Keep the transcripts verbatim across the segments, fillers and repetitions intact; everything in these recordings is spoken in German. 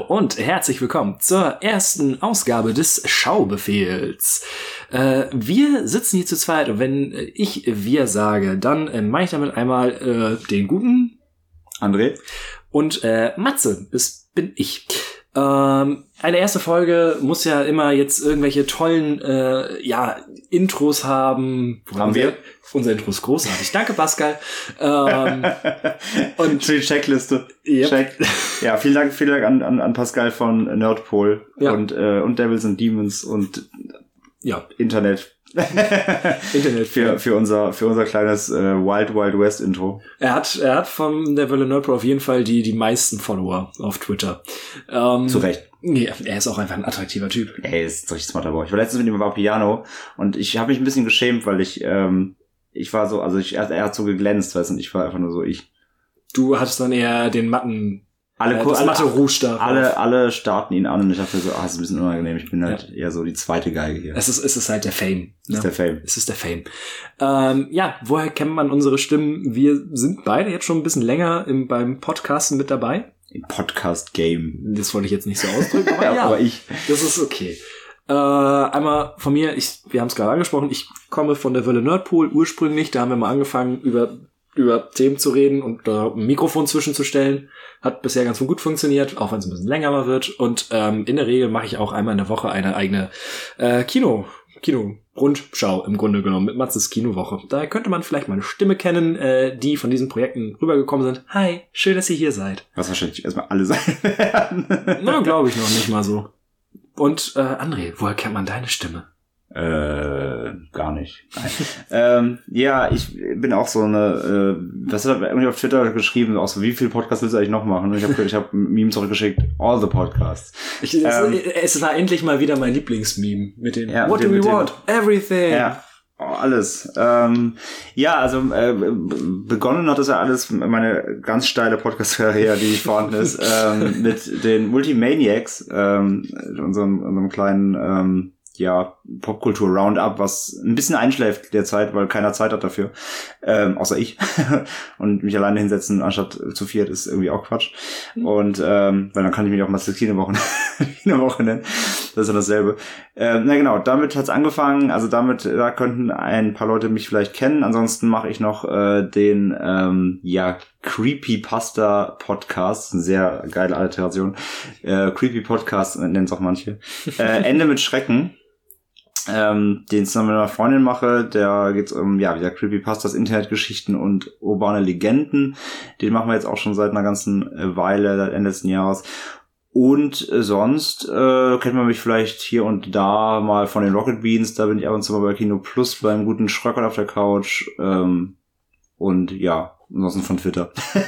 und herzlich willkommen zur ersten Ausgabe des Schaubefehls. Äh, wir sitzen hier zu zweit und wenn ich wir sage, dann äh, mache ich damit einmal äh, den guten André und äh, Matze, das bin ich. Ähm, eine erste Folge muss ja immer jetzt irgendwelche tollen äh, ja Intros haben. Haben wir? Unser Intro ist großartig. Danke, Pascal. Ähm, und für die Checkliste. Yep. Check. Ja, vielen Dank, vielen Dank an, an, an Pascal von Nerdpol ja. und, äh, und Devils and Demons und ja. Internet. Internet für, für unser, für unser kleines äh, Wild Wild West Intro. Er hat, er hat vom der Welle Nerdpol auf jeden Fall die, die meisten Follower auf Twitter. Ähm, Zu Recht. Ja, er ist auch einfach ein attraktiver Typ. Er ist richtig smarter Boy. Ich war letztens mit ihm bei Piano und ich habe mich ein bisschen geschämt, weil ich, ähm, ich war so, also ich, er, er hat so geglänzt, weißt du, und ich war einfach nur so ich. Du hattest dann eher den matten, alle, äh, das alle, matte Rouge da. Alle, alle starten ihn an und ich dachte so, ah, ist ein bisschen unangenehm. Ich bin halt ja. eher so die zweite Geige hier. Es ist, es ist halt der Fame. Es ist der Fame. Es ist der Fame. Ähm, ja, woher kennt man unsere Stimmen? Wir sind beide jetzt schon ein bisschen länger im, beim Podcasten mit dabei. Im Podcast-Game. Das wollte ich jetzt nicht so ausdrücken, aber ja, aber ich. Das ist okay. Äh, einmal von mir, ich, wir haben es gerade angesprochen, ich komme von der Welle Nerdpool ursprünglich, da haben wir mal angefangen, über, über Themen zu reden und da ein Mikrofon zwischenzustellen. Hat bisher ganz gut funktioniert, auch wenn es ein bisschen länger mal wird. Und ähm, in der Regel mache ich auch einmal in der Woche eine eigene äh, Kino, Kino-Rundschau im Grunde genommen mit Matzes Kinowoche. Da könnte man vielleicht meine Stimme kennen, äh, die von diesen Projekten rübergekommen sind. Hi, schön, dass ihr hier seid. Was wahrscheinlich erstmal alle sein werden. Na, glaube ich noch nicht mal so. Und äh, André, woher kennt man deine Stimme? Äh, gar nicht. ähm, ja, ich bin auch so eine, äh, was hat er irgendwie auf Twitter geschrieben, auch so, wie viele Podcasts willst du eigentlich noch machen? Und ich habe ich hab ein Meme zurückgeschickt, all the podcasts. Ich, ähm, es, es war endlich mal wieder mein Lieblingsmeme mit den ja, What mit do dem, we want? Dem, Everything. Ja. Oh, alles. Ähm, ja, also äh, begonnen hat das ja alles, meine ganz steile Podcast-Karriere, die vorhanden ist, ähm, mit den Multimaniacs, ähm, unserem, unserem kleinen ähm, ja, Popkultur-Roundup, was ein bisschen einschläft derzeit, weil keiner Zeit hat dafür, ähm, außer ich. Und mich alleine hinsetzen anstatt zu viert ist irgendwie auch Quatsch. Und ähm, weil dann kann ich mich auch mal Kinowoche Kinowoche nennen. Das ist ja dasselbe. Ähm, na genau, damit hat's angefangen. Also damit, da könnten ein paar Leute mich vielleicht kennen. Ansonsten mache ich noch äh, den ähm, ja Creepypasta-Podcast. Eine sehr geile Alliteration. Äh, Creepy-Podcast nennen es auch manche. Äh, Ende mit Schrecken. Ähm, den zusammen mit einer Freundin mache, da geht's um, ja, wieder Creepypastas, Internetgeschichten und urbane Legenden. Den machen wir jetzt auch schon seit einer ganzen Weile, seit Ende letzten Jahres. Und äh, sonst äh, kennt man mich vielleicht hier und da mal von den Rocket Beans, da bin ich ab und zu mal bei Kino Plus beim guten Schröckert auf der Couch. Ähm, und ja, ansonsten von Twitter.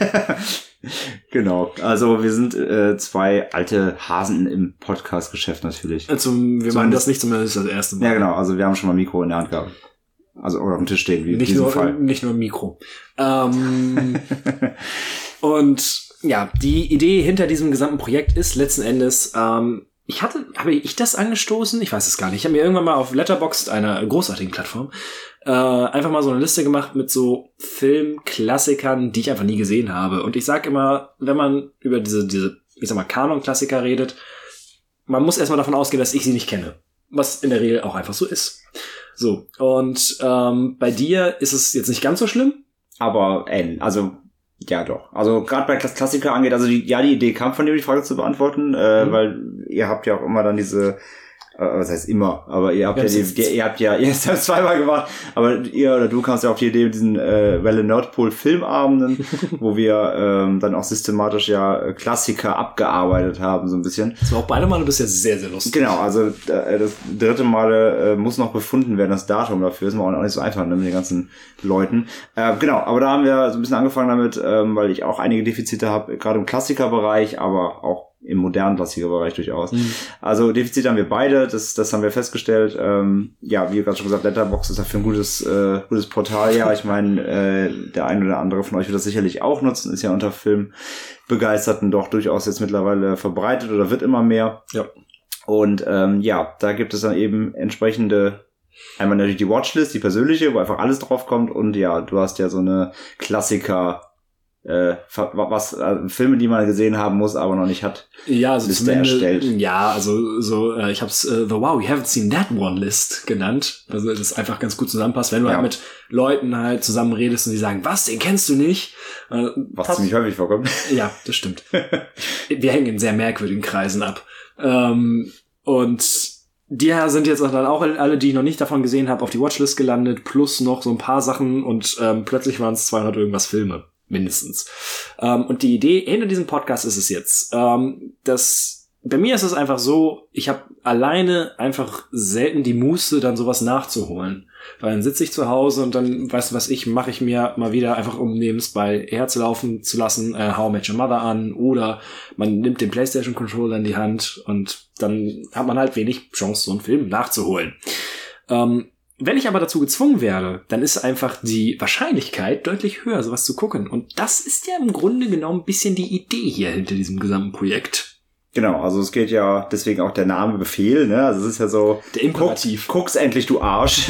Genau, also wir sind äh, zwei alte Hasen im Podcast-Geschäft natürlich. Also wir zumindest, machen das nicht zumindest das erste Mal. Ja genau, also wir haben schon mal ein Mikro in der Hand gehabt. Also oder auf dem Tisch stehen, wie in nicht diesem nur, Fall. Nicht nur ein Mikro. Ähm, und ja, die Idee hinter diesem gesamten Projekt ist letzten Endes, ähm, ich hatte, habe ich das angestoßen? Ich weiß es gar nicht. Ich habe mir irgendwann mal auf Letterboxd, einer großartigen Plattform, äh, einfach mal so eine Liste gemacht mit so Filmklassikern, die ich einfach nie gesehen habe. Und ich sag immer, wenn man über diese, diese, ich sag mal, Kanon-Klassiker redet, man muss erstmal davon ausgehen, dass ich sie nicht kenne. Was in der Regel auch einfach so ist. So. Und ähm, bei dir ist es jetzt nicht ganz so schlimm. Aber, ey, also ja, doch. Also gerade bei Klassiker angeht, also die, ja, die Idee kam von dir, die Frage zu beantworten, äh, mhm. weil ihr habt ja auch immer dann diese, äh, was heißt immer, aber ihr habt ja, ja die, die, ihr habt ja, ihr habt ja zweimal gemacht, aber ihr oder du kamst ja auf die Idee mit diesen äh, Welle Nerdpol Filmabenden, wo wir ähm, dann auch systematisch ja Klassiker abgearbeitet haben, so ein bisschen. Das war auch beide Male bisher sehr, sehr lustig. Genau, also äh, das dritte Male äh, muss noch gefunden werden, das Datum dafür, ist mir auch nicht so einfach, ne, mit den ganzen Leuten. Äh, genau, aber da haben wir so ein bisschen angefangen damit, ähm, weil ich auch einige Defizite habe, gerade im Klassikerbereich, aber auch im modernen Klassikerbereich durchaus. Mhm. Also Defizite haben wir beide, das das haben wir festgestellt. Ähm, ja, wie gerade schon gesagt, Letterboxd ist dafür ein gutes äh, gutes Portal. Ja, ich meine, äh, der ein oder andere von euch wird das sicherlich auch nutzen, ist ja unter Filmbegeisterten doch durchaus jetzt mittlerweile verbreitet oder wird immer mehr. Ja. Und ähm, ja, da gibt es dann eben entsprechende, einmal natürlich die Watchlist, die persönliche, wo einfach alles drauf kommt und ja, du hast ja so eine Klassiker äh, was äh, Filme, die man gesehen haben muss, aber noch nicht hat. Ja, also Liste erstellt. Ja, also so, äh, ich habe es äh, the Wow, you haven't seen that one List genannt. Also das einfach ganz gut zusammenpasst, wenn du ja. halt mit Leuten halt zusammen redest und die sagen, was, den kennst du nicht? Äh, was ziemlich häufig vorkommt. Ja, das stimmt. Wir hängen in sehr merkwürdigen Kreisen ab. Ähm, und die sind jetzt dann auch alle, die ich noch nicht davon gesehen habe, auf die Watchlist gelandet, plus noch so ein paar Sachen und ähm, plötzlich waren es zweihundert irgendwas Filme, mindestens. Ähm, und die Idee hinter diesem Podcast ist es jetzt, ähm, dass bei mir ist es einfach so, ich habe alleine einfach selten die Muße, dann sowas nachzuholen. Weil dann sitze ich zu Hause und dann, weißt du was ich, mache ich mir mal wieder einfach, um nebenbei herzulaufen zu lassen, äh, How I Met Your Mother an oder man nimmt den PlayStation-Controller in die Hand und dann hat man halt wenig Chance, so einen Film nachzuholen. Ähm, wenn ich aber dazu gezwungen werde, dann ist einfach die Wahrscheinlichkeit deutlich höher, sowas zu gucken. Und das ist ja im Grunde genommen ein bisschen die Idee hier hinter diesem gesamten Projekt. Genau, also es geht ja deswegen auch der Name Befehl, ne? Also es ist ja so der Imperativ. Guck, guck's endlich, du Arsch.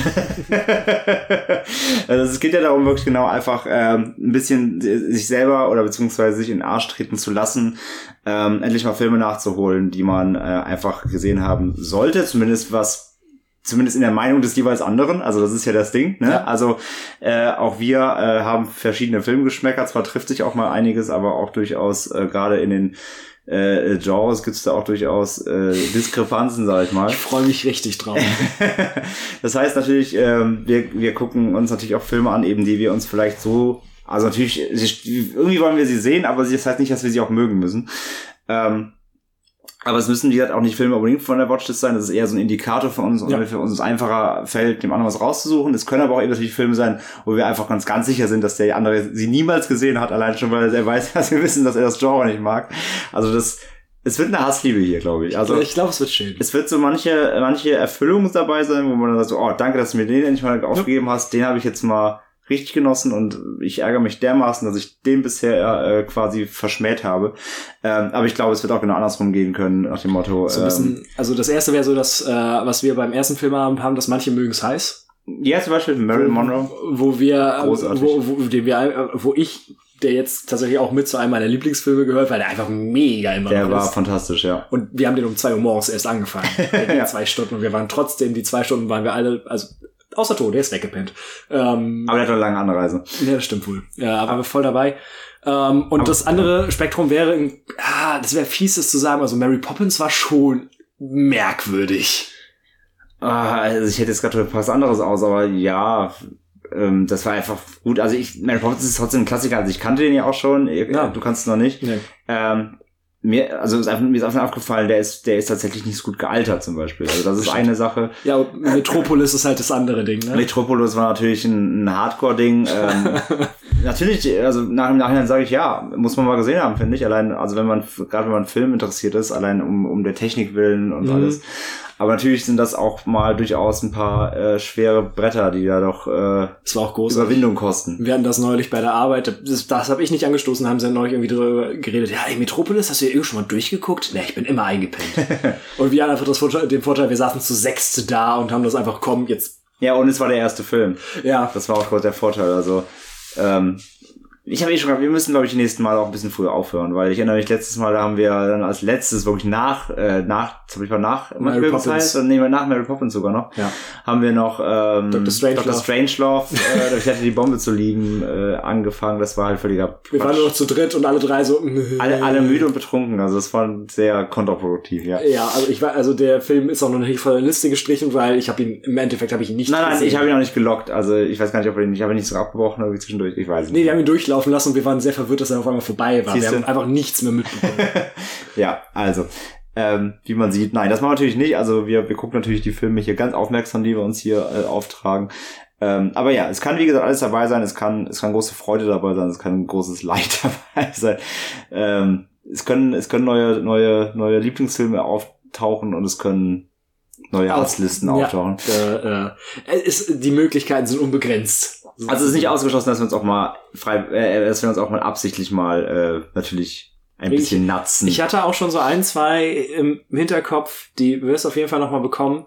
Also es geht ja darum, wirklich genau einfach ähm, ein bisschen sich selber oder beziehungsweise sich in den Arsch treten zu lassen, ähm, endlich mal Filme nachzuholen, die man äh, einfach gesehen haben sollte, zumindest was zumindest in der Meinung des jeweils anderen, also das ist ja das Ding, ne? Ja. Also äh, auch wir äh, haben verschiedene Filmgeschmäcker, zwar trifft sich auch mal einiges, aber auch durchaus äh, gerade in den Äh, Genres gibt's da auch durchaus äh, Diskrepanzen, sag ich mal. Ich freue mich richtig drauf. Das heißt natürlich, ähm, wir wir gucken uns natürlich auch Filme an, eben die wir uns vielleicht so, also natürlich, irgendwie wollen wir sie sehen, aber das heißt nicht, dass wir sie auch mögen müssen. Ähm, aber es müssen die halt auch nicht Filme unbedingt von der Watchlist sein, das ist eher so ein Indikator für uns, ja. Und für uns es einfacher fällt, dem anderen was rauszusuchen. Es können aber auch eben natürlich Filme sein, wo wir einfach ganz, ganz sicher sind, dass der andere sie niemals gesehen hat, allein schon, weil er weiß, dass wir wissen, dass er das Genre nicht mag. Also das, es wird eine Hassliebe hier, glaube ich. Also ich glaube, es wird schön. Es wird so manche, manche Erfüllungen dabei sein, wo man dann sagt, so, oh, danke, dass du mir den endlich mal aufgegeben hast, den habe ich jetzt mal richtig genossen und ich ärgere mich dermaßen, dass ich den bisher äh, quasi verschmäht habe. Ähm, aber ich glaube, es wird auch genau andersrum gehen können, nach dem Motto. So ein bisschen, ähm, also das erste wäre so, dass, äh, was wir beim ersten Film haben, dass manche mögen es heiß. Ja, zum Beispiel Marilyn Monroe. Wo wir, Großartig. wo, wo, den wir, wo ich, der jetzt tatsächlich auch mit zu einem meiner Lieblingsfilme gehört, weil der einfach mega immer Der noch war ist. fantastisch, ja. Und wir haben den um zwei Uhr morgens erst angefangen. Der ging ja. zwei Stunden und wir waren trotzdem, die zwei Stunden waren wir alle, also außer Tod, der ist weggepennt. Ähm, aber der hat eine lange Anreise. Ja, das stimmt wohl. Ja, aber voll dabei. Ähm, und aber, das andere Spektrum wäre, ah, das wäre fies, das zu sagen, also Mary Poppins war schon merkwürdig. Ah, also ich hätte jetzt gerade was anderes aus, aber ja, ähm, das war einfach gut. Also ich, Mary Poppins ist trotzdem ein Klassiker, also ich kannte den ja auch schon, ja. Du kannst es noch nicht. Nee. Ähm, Mir, also ist einfach, mir ist einfach aufgefallen, der ist, der ist tatsächlich nicht so gut gealtert zum Beispiel. Also das ist eine Sache. Ja, und Metropolis ist halt das andere Ding, ne? Metropolis war natürlich ein, ein Hardcore-Ding. Ähm, natürlich, also nach dem Nachhinein sage ich, ja, muss man mal gesehen haben, finde ich. Allein, also wenn man, gerade wenn man Film interessiert ist, allein um, um der Technik willen und mhm. alles. Aber natürlich sind das auch mal durchaus ein paar äh, schwere Bretter, die da doch äh, das war auch großartig. Überwindung kosten. Wir hatten das neulich bei der Arbeit, das, das habe ich nicht angestoßen, haben sie neulich irgendwie darüber geredet, ja, ey, Metropolis, hast du ja irgendwie schon mal durchgeguckt? Ne, ich bin immer eingepennt. Und wir hatten einfach das Vorteil, den Vorteil, wir saßen zu sechst da und haben das einfach, komm, jetzt. Ja, und es war der erste Film. Ja. Das war auch kurz der Vorteil, also ähm, ich habe eh schon gesagt, wir müssen, glaube ich, die nächsten Mal auch ein bisschen früher aufhören, weil ich erinnere mich, letztes Mal, da haben wir dann als letztes wirklich nach, äh, nach, zum Beispiel nach Mary Poppins, heißt, dann nehmen wir nach Mary Poppins sogar noch, ja. haben wir noch ähm, Doktor Strangelove, Doktor Strangelove äh, ich hatte die Bombe zu lieben, äh, angefangen, das war halt völliger Quatsch. Wir waren nur noch zu dritt und alle drei so alle, alle müde und betrunken, also das war sehr kontraproduktiv, ja. Ja, also ich war, also der Film ist auch noch nicht von der Liste gestrichen, weil ich habe ihn, im Endeffekt habe ich ihn nicht Nein, nein, gesehen. ich habe ihn auch nicht gelockt, also ich weiß gar nicht, ob wir ihn, ich habe ihn nicht so abgebrochen oder wie zwischendurch, ich weiß nicht. Nee, wir haben ihn durchlaufen lassen und wir waren sehr verwirrt, dass er auf einmal vorbei war. Siehste? Wir haben einfach nichts mehr mitbekommen. Ja, also, ähm, wie man sieht, nein, das machen wir natürlich nicht. Also wir, wir gucken natürlich die Filme hier ganz aufmerksam, die wir uns hier äh, auftragen. Ähm, aber ja, es kann wie gesagt alles dabei sein. Es kann, es kann große Freude dabei sein. Es kann großes Leid dabei sein. Ähm, es können, es können neue, neue, neue Lieblingsfilme auftauchen und es können neue Arztlisten ja, auftauchen. Äh, äh, ist, die Möglichkeiten sind unbegrenzt. Also es ist nicht ausgeschlossen, dass wir uns auch mal frei, äh, dass wir uns auch mal absichtlich mal äh, natürlich ein ich, bisschen natzen. Ich hatte auch schon so ein, zwei im Hinterkopf, die wirst du auf jeden Fall noch mal bekommen.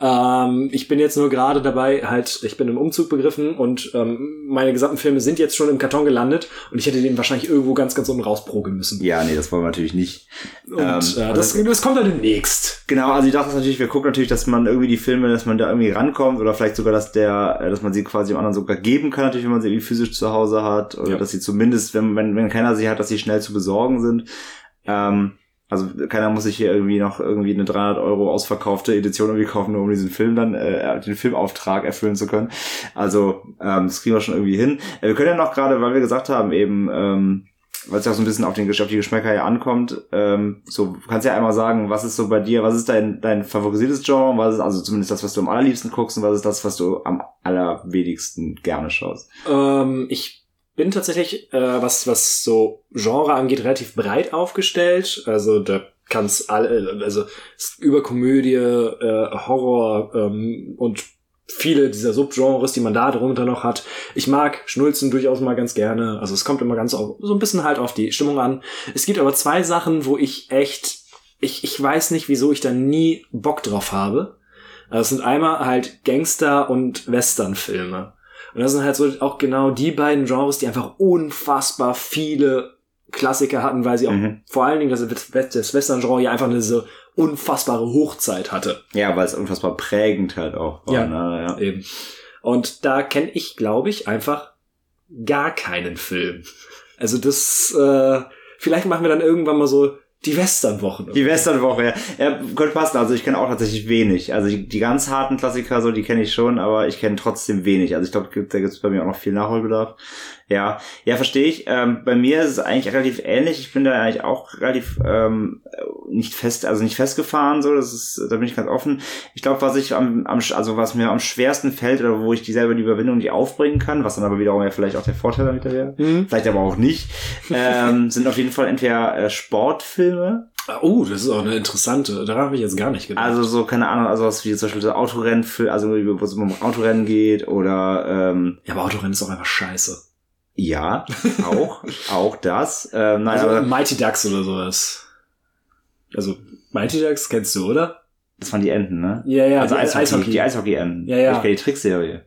Ähm, ich bin jetzt nur gerade dabei, halt, ich bin im Umzug begriffen und ähm, meine gesamten Filme sind jetzt schon im Karton gelandet und ich hätte den wahrscheinlich irgendwo ganz, ganz unten rausprogeln müssen. Ja, nee, das wollen wir natürlich nicht. Und ähm, äh, das, das kommt dann demnächst. Genau, also ich dachte natürlich, wir gucken natürlich, dass man irgendwie die Filme, dass man da irgendwie rankommt oder vielleicht sogar, dass der, dass man sie quasi dem anderen sogar geben kann, natürlich, wenn man sie irgendwie physisch zu Hause hat oder ja. dass sie zumindest, wenn, wenn, wenn keiner sie hat, dass sie schnell zu besorgen sind. Ähm, Also keiner muss sich hier irgendwie noch irgendwie eine dreihundert Euro ausverkaufte Edition irgendwie kaufen, nur um diesen Film dann, äh, den Filmauftrag erfüllen zu können. Also ähm, das kriegen wir schon irgendwie hin. Äh, wir können ja noch gerade, weil wir gesagt haben, eben, ähm, weil es ja auch so ein bisschen auf den auf die Geschmäcker hier ankommt, ähm, so du kannst ja einmal sagen, was ist so bei dir, was ist dein dein favorisiertes Genre, was ist also zumindest das, was du am allerliebsten guckst und was ist das, was du am allerwenigsten gerne schaust? Ähm, ich bin tatsächlich, äh, was was so Genre angeht, relativ breit aufgestellt. Also da kann's alle, also über Komödie, äh, Horror ähm, und viele dieser Subgenres, die man da drunter noch hat. Ich mag Schnulzen durchaus mal ganz gerne. Also es kommt immer ganz auf, so ein bisschen halt auf die Stimmung an. Es gibt aber zwei Sachen, wo ich echt, ich ich weiß nicht, wieso ich da nie Bock drauf habe. Also es sind einmal halt Gangster- und Westernfilme. Und das sind halt so auch genau die beiden Genres, die einfach unfassbar viele Klassiker hatten, weil sie auch mhm. vor allen Dingen das, das Western-Genre ja einfach eine so unfassbare Hochzeit hatte. Ja, weil es unfassbar prägend halt auch war. Ja, ne? Ja, eben. Und da kenne ich, glaube ich, einfach gar keinen Film. Also das, äh, vielleicht machen wir dann irgendwann mal so die Westernwochen. Die Westernwoche, ja. Ja, könnte passen. Also ich kenne auch tatsächlich wenig. Also die, die ganz harten Klassiker, so, die kenne ich schon, aber ich kenne trotzdem wenig. Also ich glaube, da gibt es bei mir auch noch viel Nachholbedarf. Ja, ja, verstehe ich. Ähm, bei mir ist es eigentlich relativ ähnlich. Ich bin da eigentlich auch relativ ähm, nicht fest, also nicht festgefahren, so. Das ist, da bin ich ganz offen. Ich glaube, was ich am, am, also was mir am schwersten fällt oder wo ich die selber die Überwindung nicht aufbringen kann, was dann aber wiederum ja vielleicht auch der Vorteil damit wäre, mhm. vielleicht aber auch nicht, ähm, sind auf jeden Fall entweder äh, Sportfilme. Oh, das ist auch eine interessante. Daran habe ich jetzt gar nicht gedacht. Also so, keine Ahnung, also was wie zum Beispiel so Autorennen, also wo es um Autorennen geht oder ähm, ja, aber Autorennen ist auch einfach scheiße. Ja, auch, auch das. Ähm, nein, also aber Mighty Ducks oder sowas. Also Mighty Ducks kennst du, oder? Das waren die Enten, ne? Ja, ja. Also die Eishockey, Eishockey. Die Eishockey-Enten. Ja, ja. Ich kenne die Trickserie.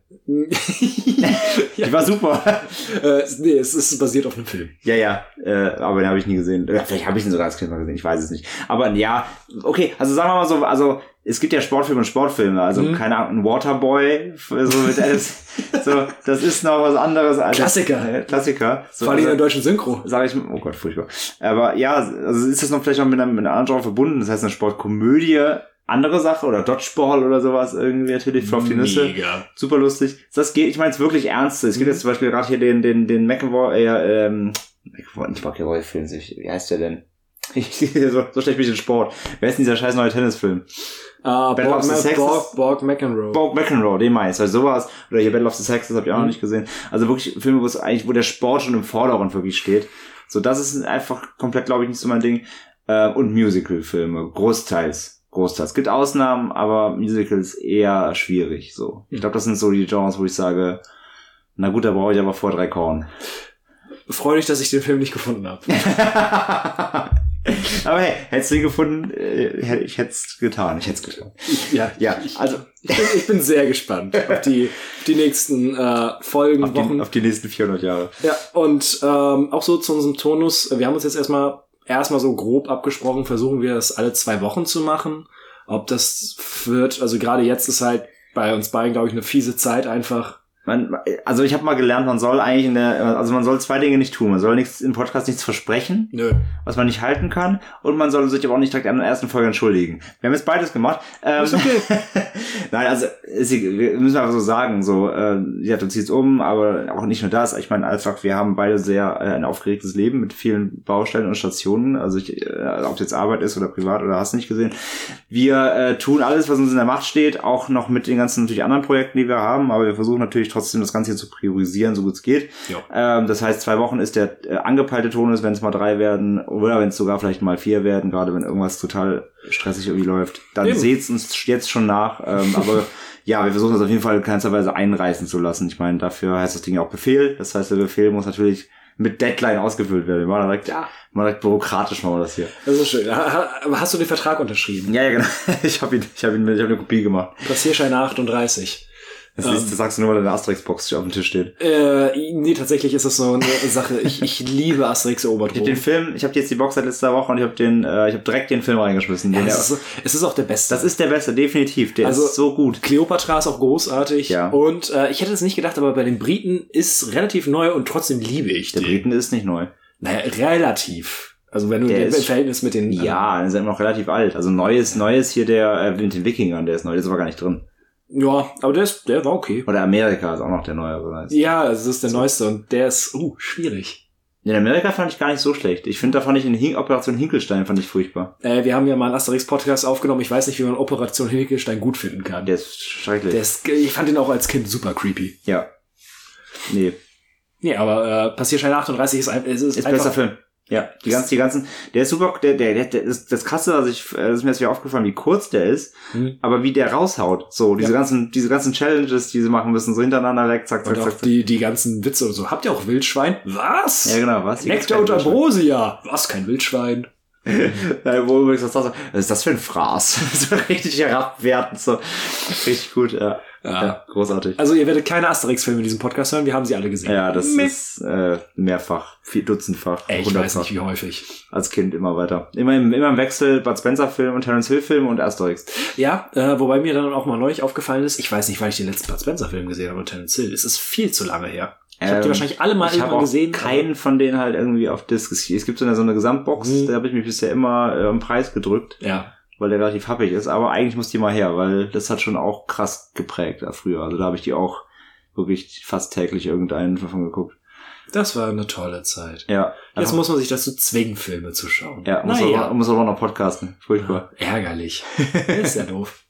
Die war super. äh, nee, es ist basiert auf einem Film. Ja, ja, äh, aber den habe ich nie gesehen. Vielleicht habe ich ihn sogar als Kind mal gesehen, ich weiß es nicht. Aber ja, okay, also sagen wir mal so, also es gibt ja Sportfilme und Sportfilme, also mhm. keine Ahnung, ein Waterboy, so mit Alice, so, das ist noch was anderes als Klassiker. Äh, Klassiker. So, vor allem also, in der deutschen Synchro. Sag ich, oh Gott, furchtbar. Aber ja, also ist das noch vielleicht noch mit einer, mit einer anderen Genre verbunden, das heißt eine Sportkomödie, andere Sache oder Dodgeball oder sowas irgendwie natürlich, für auf die Nüsse. Mega. Super lustig. Das geht, ich meine es wirklich ernst. Es gibt jetzt zum Beispiel gerade hier den, den, den McAvoy, äh, ähm, nicht McAvoy-Film, wie heißt der denn? so, so schlecht bin ich in Sport. Wer ist denn dieser scheiß neue Tennisfilm? Uh, Battle of the Sexes. Borg, Borg McEnroe. Borg McEnroe, den meinst du. Also sowas. Oder hier Battle of the Sexes, habe ich auch mhm. noch nicht gesehen. Also wirklich Filme, wo es eigentlich, wo der Sport schon im Vordergrund wirklich steht. So, das ist einfach komplett, glaube ich, nicht so mein Ding. Äh, und Musical-Filme, großteils. Großteils. Es gibt Ausnahmen, aber Musicals eher schwierig, so. Ich glaube, das sind so die Genres, wo ich sage, na gut, da brauche ich aber vor drei Korn. Freu dich, dass ich den Film nicht gefunden habe. Aber hey, hättest du ihn gefunden, äh, ich hätte es getan, ich hätte es getan. Ich, ja, ja, ich, also ich bin, ich bin sehr gespannt auf die, auf die nächsten äh, Folgen, auf die, Wochen. Auf die nächsten vierhundert Jahre. Ja, und ähm, auch so zu unserem Turnus, wir haben uns jetzt erstmal erstmal so grob abgesprochen, versuchen wir es alle zwei Wochen zu machen. Ob das wird, also gerade jetzt ist halt bei uns beiden, glaube ich, eine fiese Zeit einfach. Man, also ich habe mal gelernt, man soll eigentlich in der, also man soll zwei Dinge nicht tun. Man soll nichts im Podcast nichts versprechen, Nö. was man nicht halten kann, und man soll sich aber auch nicht direkt an der ersten Folge entschuldigen. Wir haben jetzt beides gemacht. Ähm, ist okay. Nein, also ist, wir müssen einfach so sagen, so, äh, ja, du ziehst um, aber auch nicht nur das. Ich meine einfach, wir haben beide sehr äh, ein aufgeregtes Leben mit vielen Baustellen und Stationen. Also ich, äh, ob es jetzt Arbeit ist oder privat oder hast du nicht gesehen. Wir äh, tun alles, was uns in der Macht steht, auch noch mit den ganzen natürlich anderen Projekten, die wir haben, aber wir versuchen natürlich trotzdem das Ganze hier zu priorisieren, so gut es geht. Ähm, das heißt, zwei Wochen ist der äh, angepeilte Tonus, wenn es mal drei werden oder wenn es sogar vielleicht mal vier werden, gerade wenn irgendwas total stressig irgendwie läuft. Dann seht es uns jetzt schon nach. Ähm, aber ja, wir versuchen das auf jeden Fall in keinster Weise einreißen zu lassen. Ich meine, dafür heißt das Ding ja auch Befehl. Das heißt, der Befehl muss natürlich mit Deadline ausgefüllt werden. Wir machen direkt, ja. mal direkt bürokratisch machen wir das hier. Das ist schön. Aber hast du den Vertrag unterschrieben? Ja, ja, genau. Ich habe ihn, ich habe ihn, ich habe eine Kopie gemacht. Passierschein achtunddreißig. Das, ist, das sagst du nur, weil deine Asterix-Box auf dem Tisch steht. Äh, nee, tatsächlich ist das so eine Sache. Ich, ich liebe Asterix Oberdrogen. Ich habe den Film, ich habe jetzt die Box seit letzter Woche und ich habe den, äh, ich habe direkt den Film reingeschmissen. Ja, den es, ist so, es ist auch der beste. Das ist der beste, definitiv. Der also, ist so gut. Cleopatra ist auch großartig. Ja. Und äh, ich hätte es nicht gedacht, aber bei den Briten ist relativ neu und trotzdem liebe ich den. Der Briten ist nicht neu. Naja, relativ. Also wenn du der im ist, Verhältnis mit den... Ja, der ist immer noch relativ alt. Also neu ist, neu ist hier der äh, mit den Wikingern, der ist neu, der ist aber gar nicht drin. Ja, aber der ist, der war okay. Oder Amerika ist auch noch der neuere. Ja, also das ist der so. neueste und der ist, uh, schwierig. In Amerika fand ich gar nicht so schlecht. Ich finde, da fand ich in Hin- Operation Hinkelstein fand ich furchtbar. Äh, wir haben ja mal einen Asterix-Podcast aufgenommen. Ich weiß nicht, wie man Operation Hinkelstein gut finden kann. Der ist schrecklich. Der ist, ich fand ihn auch als Kind super creepy. Ja. Nee. Nee, aber äh, Passierschein achtunddreißig ist, ein, ist, ist, ist einfach... besser Film. Ja, die ganzen, die ganzen, der ist super, der, der, der, der ist das Krasse, also ich, das ist mir jetzt wieder aufgefallen, wie kurz der ist, mhm. aber wie der raushaut, so, diese ja. ganzen, diese ganzen Challenges, die sie machen müssen, so hintereinander weg, zack, zack, und zack. Auch die, die ganzen Witze und so. Habt ihr auch Wildschwein? Was? Ja, genau, was? Nectar und Ambrosia. Was? Kein Wildschwein? Ja, wo übrigens das was ist das für ein Fraß? So richtig herabwertend, so. Richtig gut, ja. Ja. ja, großartig. Also ihr werdet keine Asterix-Filme in diesem Podcast hören, wir haben sie alle gesehen. Ja, das Mit ist äh, mehrfach, vier Dutzendfach. Ey, ich weiß nicht, wie häufig. Als Kind immer weiter. Immer im, immer im Wechsel, Bud Spencer-Film und Terence Hill-Film und Asterix. Ja, äh, wobei mir dann auch mal neulich aufgefallen ist, ich weiß nicht, weil ich den letzten Bud Spencer-Film gesehen habe, Terence Hill, es ist viel zu lange her. Ich habe ähm, die wahrscheinlich alle mal irgendwann gesehen. Ich habe keinen von denen halt irgendwie auf Disc. Es gibt so eine, so eine Gesamtbox, mhm. da habe ich mich bisher immer äh, am Preis gedrückt. Ja. Weil der relativ happig ist, aber eigentlich muss die mal her, weil das hat schon auch krass geprägt da früher. Also da habe ich die auch wirklich fast täglich irgendeinen davon geguckt. Das war eine tolle Zeit. Ja. Jetzt muss man sich dazu zwingen, Filme zu schauen. Ja, muss, naja. aber, muss aber noch podcasten. Furchtbar. Ja, ärgerlich. Ist ja doof.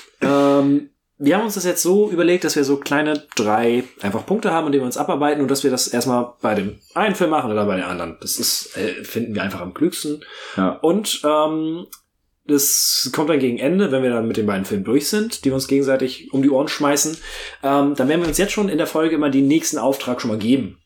ähm, wir haben uns das jetzt so überlegt, dass wir so kleine drei einfach Punkte haben, an denen wir uns abarbeiten und dass wir das erstmal bei dem einen Film machen oder bei den anderen. Das ist, äh, finden wir einfach am klügsten. Ja. Und ähm, das kommt dann gegen Ende, wenn wir dann mit den beiden Filmen durch sind, die wir uns gegenseitig um die Ohren schmeißen. Ähm, dann werden wir uns jetzt schon in der Folge immer den nächsten Auftrag schon mal geben.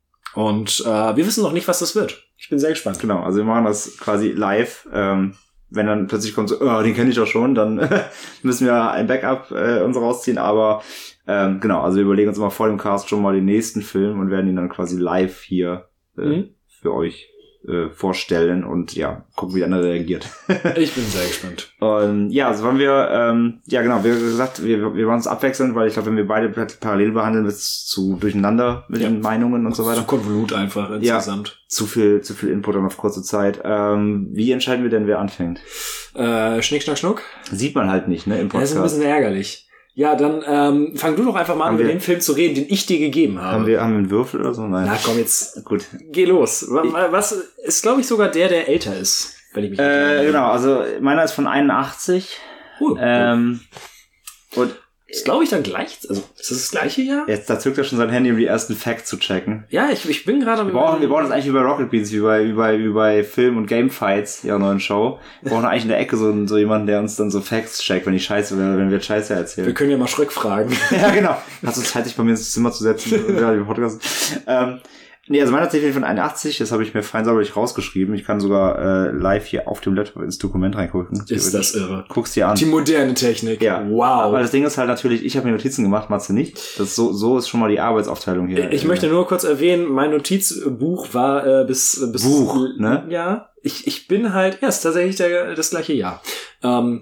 Und äh, wir wissen noch nicht, was das wird. Ich bin sehr gespannt. Genau, also wir machen das quasi live. Ähm, wenn dann plötzlich kommt so, oh, den kenne ich doch schon, dann müssen wir ein Backup äh, uns rausziehen. Aber ähm, genau, also wir überlegen uns immer vor dem Cast schon mal den nächsten Film und werden ihn dann quasi live hier äh, mhm. für euch Äh, vorstellen und ja, gucken, wie der andere reagiert. Ich bin sehr gespannt. Und ja, also wollen wir, ähm, ja genau, wie gesagt, wir, wir wollen uns abwechseln, weil ich glaube, wenn wir beide parallel behandeln, wird es zu durcheinander mit ja. den Meinungen und so weiter. Zu konvolut einfach insgesamt. Ja, zu viel, zu viel Input dann auf kurze Zeit. Ähm, wie entscheiden wir denn, wer anfängt? Äh, Schnick, Schnack, Schnuck? Sieht man halt nicht, ne, im Podcast. Ja, das ist ein bisschen ärgerlich. Ja, dann ähm, fang du doch einfach mal an, über den Film zu reden, den ich dir gegeben habe. Haben wir, haben wir einen Würfel oder so? Nein. Na komm, jetzt gut. Geh los. Was ist, glaube ich, sogar der, der älter ist, wenn ich mich nicht äh, Genau, also meiner ist von einundachtzig. Uh, ähm, uh. Und ist, glaube ich, dann gleich, also ist das das gleiche Jahr? Jetzt, da zückt er schon sein Handy, um die ersten Facts zu checken. Ja, ich, ich bin gerade... Wir brauchen, wir brauchen das eigentlich wie bei Rocket Beans, wie bei, wie bei, wie bei Film- und Gamefights, ihrer neuen Show. Wir brauchen eigentlich in der Ecke so, so jemanden, der uns dann so Facts checkt, wenn ich Scheiße, wenn wir Scheiße erzählen. Wir können ja mal Schröck fragen. Ja, genau. Hast du Zeit, dich bei mir ins Zimmer zu setzen? Ja, die Podcast. Ähm, nee, also meiner ist definitiv von einundachtzig, das habe ich mir fein sauberlich rausgeschrieben. Ich kann sogar äh, live hier auf dem Laptop ins Dokument reingucken. Ist das irre. Guck's dir an. Die moderne Technik. Ja. Wow. Aber das Ding ist halt natürlich, ich habe mir Notizen gemacht, Matze nicht. Das ist so, so ist schon mal die Arbeitsaufteilung hier. Ich möchte nur kurz erwähnen, mein Notizbuch war äh, bis... bis Buch, ne? Ja. Ich, ich bin halt, ja, ist tatsächlich der, das gleiche Jahr. Ähm,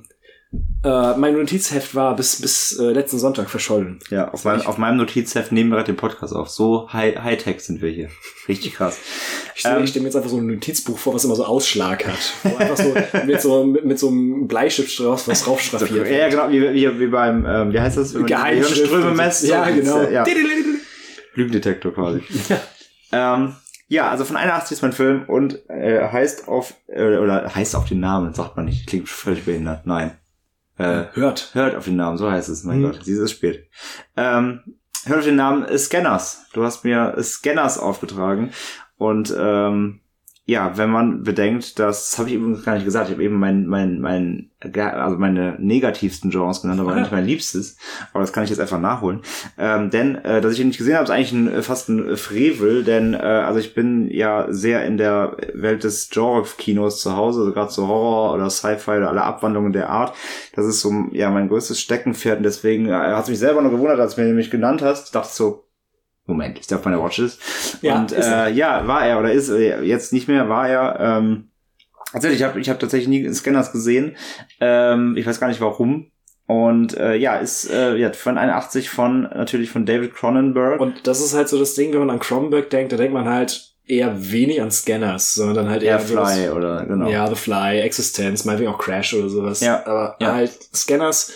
Äh, mein Notizheft war bis bis äh, letzten Sonntag verschollen. Ja, auf, mein, auf meinem Notizheft nehmen wir gerade den Podcast auf. So high, Hightech sind wir hier. Richtig krass. Ich stelle ähm, stell mir jetzt einfach so ein Notizbuch vor, was immer so Ausschlag hat. Wo einfach so mit so mit, mit so einem Bleistift drauf was draufschraffiert. Ja, genau, wie, wie, wie beim, ähm, wie heißt das? Wenn man Geheimschrift. Ströme messt. Ja, genau. Äh, ja. Lügendetektor quasi. Ja. Ähm, ja, also von einundachtzig ist mein Film und äh, heißt auf, äh, oder heißt auf den Namen, sagt man nicht, klingt völlig behindert. Nein. Äh, hört. Hört auf den Namen, so heißt es, mein hm. Gott, sie ist spät. Ähm, hört auf den Namen Scanners. Du hast mir Scanners aufgetragen und ähm, ja, wenn man bedenkt, dass, das habe ich übrigens gar nicht gesagt, ich habe eben mein, mein, mein, also meine negativsten Genres genannt, aber nicht mein Liebstes, aber das kann ich jetzt einfach nachholen. Ähm, denn, äh, dass ich ihn nicht gesehen habe, ist eigentlich ein, fast ein Frevel, denn, äh, also ich bin ja sehr in der Welt des Genre-Kinos zu Hause, also gerade so Horror oder Sci-Fi oder alle Abwandlungen der Art. Das ist so, ja, mein größtes Steckenpferd und deswegen äh, hat es mich selber noch gewundert, als du mir nämlich genannt hast, dachte ich so, Moment, ist der auf meiner Watchlist? Ja, und äh, ja, war er oder ist er jetzt nicht mehr, war er. Ähm, tatsächlich, ich habe ich hab tatsächlich nie Scanners gesehen. Ähm, ich weiß gar nicht warum. Und äh, ja, ist äh, ja von einundachtzig von natürlich von David Cronenberg. Und das ist halt so das Ding, wenn man an Cronenberg denkt, da denkt man halt eher wenig an Scanners, sondern halt eher ja, Fly so, oder genau. Ja, The Fly, Existenz, meinetwegen auch Crash oder sowas. Ja, aber ja. halt Scanners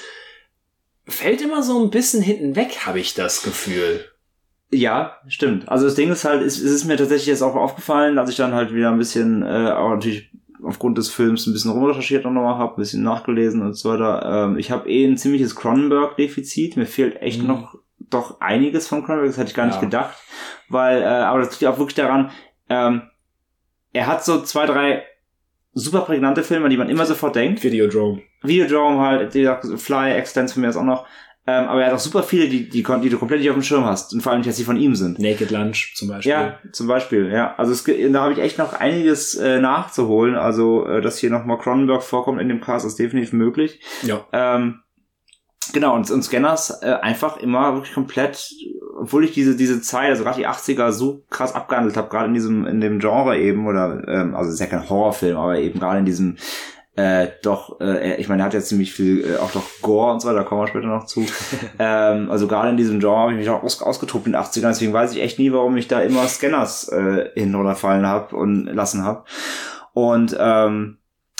fällt immer so ein bisschen hinten weg, habe ich das Gefühl. Ja, stimmt. Also das Ding ist halt, es, es ist mir tatsächlich jetzt auch aufgefallen, als ich dann halt wieder ein bisschen, äh, auch natürlich aufgrund des Films ein bisschen rumrecherchiert und nochmal habe, ein bisschen nachgelesen und so weiter. Ähm, ich habe eh ein ziemliches Cronenberg-Defizit. Mir fehlt echt mhm. noch doch einiges von Cronenberg, das hätte ich gar ja. nicht gedacht. Weil, äh, aber das liegt auch wirklich daran, ähm, er hat so zwei, drei super prägnante Filme, an die man immer sofort denkt. Videodrome. Videodrome halt, die Fly, Extends von mir ist auch noch. Ähm, aber er hat auch super viele, die, die, die du komplett nicht auf dem Schirm hast. Und vor allem nicht, dass die von ihm sind. Naked Lunch zum Beispiel. Ja, zum Beispiel, ja. Also es, da habe ich echt noch einiges äh, nachzuholen. Also, äh, dass hier nochmal Cronenberg vorkommt in dem Cast, ist definitiv möglich. Ja. Ähm, genau, und, und Scanners äh, einfach immer wirklich komplett, obwohl ich diese diese Zeit, also gerade die achtziger so krass abgehandelt habe, gerade in diesem, in dem Genre eben, oder, ähm, also es ist ja kein Horrorfilm, aber eben gerade in diesem Äh, doch, äh, ich meine, er hat ja ziemlich viel, äh, auch doch Gore und so, da kommen wir später noch zu. ähm, also gerade in diesem Genre habe ich mich auch aus, ausgetobt in den achtzigern, deswegen weiß ich echt nie, warum ich da immer Scanners äh, hin oder fallen habe und lassen habe. Und ähm,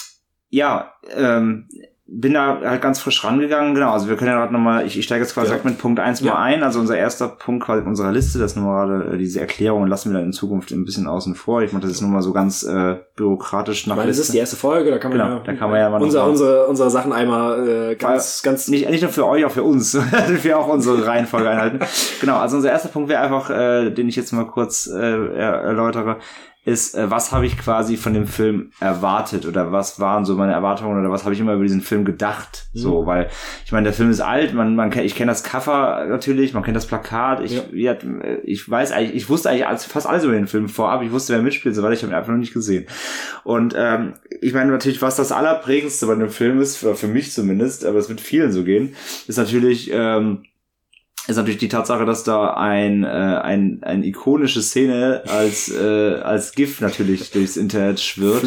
ja, ähm, bin da halt ganz frisch rangegangen, genau, also wir können ja gerade nochmal, ich, ich steige jetzt quasi ja. mit Punkt eins ja. mal ein, also unser erster Punkt quasi unserer Liste, das ist nur gerade äh, diese Erklärung, lassen wir dann in Zukunft ein bisschen außen vor, ich meine, das ist nur mal so ganz äh, bürokratisch nach. Weil das ist die erste Folge, da kann man genau, ja, da kann man ja mal unser, unsere, unsere Sachen einmal äh, ganz, Weil, ganz... Nicht, nicht nur für euch, auch für uns, dass wir auch unsere Reihenfolge einhalten. Genau, also unser erster Punkt wäre einfach, äh, den ich jetzt mal kurz äh, erläutere, ist, äh, was habe ich quasi von dem Film erwartet oder was waren so meine Erwartungen oder was habe ich immer über diesen Film gedacht, mhm. so, weil ich meine, der Film ist alt, man man ich kenne das Cover natürlich, man kennt das Plakat, ich ja. Ja, ich weiß eigentlich, ich wusste eigentlich alles, fast alles über den Film vorab, ich wusste, wer mitspielt, so, weil ich habe ihn einfach noch nicht gesehen. Und ähm, ich meine natürlich, was das allerprägendste bei dem Film ist, für, für mich zumindest, aber es wird vielen so gehen, ist natürlich ähm, ist natürlich die Tatsache, dass da ein äh, ein ein ikonische Szene als äh, als GIF natürlich durchs Internet schwirrt.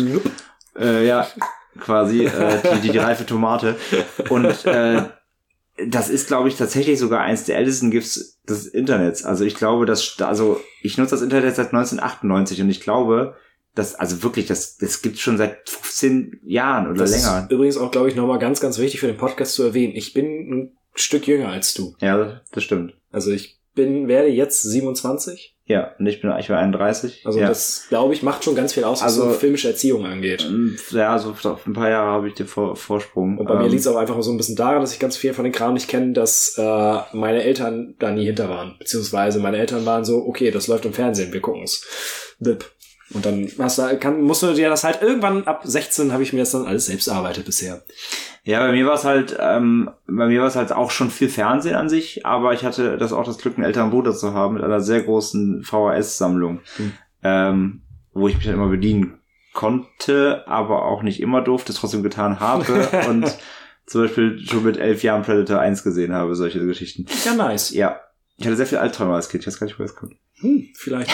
äh, ja, quasi äh, die, die die reife Tomate. Und äh, das ist, glaube ich, tatsächlich sogar eins der ältesten GIFs des Internets. Also ich glaube, dass also ich nutze das Internet seit neunzehnhundertachtundneunzig und ich glaube, das, also wirklich, das, das gibt's schon seit fünfzehn Jahren oder das länger. Ist übrigens auch, glaube ich, nochmal ganz, ganz wichtig für den Podcast zu erwähnen. Ich bin ein Stück jünger als du. Ja, das stimmt. Also ich bin, werde jetzt siebenundzwanzig. Ja, und ich bin, ich war einunddreißig. Also ja. das, glaube ich, macht schon ganz viel aus, was also, so filmische Erziehung angeht. Ja, so auf ein paar Jahre habe ich den Vor- Vorsprung. Und bei ähm, mir liegt es auch einfach so ein bisschen daran, dass ich ganz viel von den Kram nicht kenne, dass äh, meine Eltern da nie hinter waren. Beziehungsweise meine Eltern waren so, okay, das läuft im Fernsehen, wir gucken's. Bip. Und dann hast du, kann, musst du dir das halt irgendwann ab sechzehn habe ich mir das dann alles selbst erarbeitet bisher. Ja, bei mir war es halt, ähm, bei mir war es halt auch schon viel Fernsehen an sich, aber ich hatte das auch das Glück, einen älteren Bruder zu haben mit einer sehr großen V H S-Sammlung, hm. ähm, wo ich mich dann immer bedienen konnte, aber auch nicht immer durfte, es trotzdem getan habe und zum Beispiel schon mit elf Jahren Predator eins gesehen habe, solche Geschichten. Ja, nice. Ja, ich hatte sehr viel Albträume als Kind, ich weiß gar nicht, woher es kommt. Hm, vielleicht.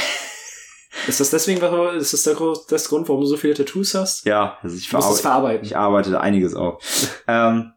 Ist das deswegen, ist das der, das Grund, warum du so viele Tattoos hast? Ja, also ich verarbeite, verarbeiten. Ich arbeite einiges auf. ähm,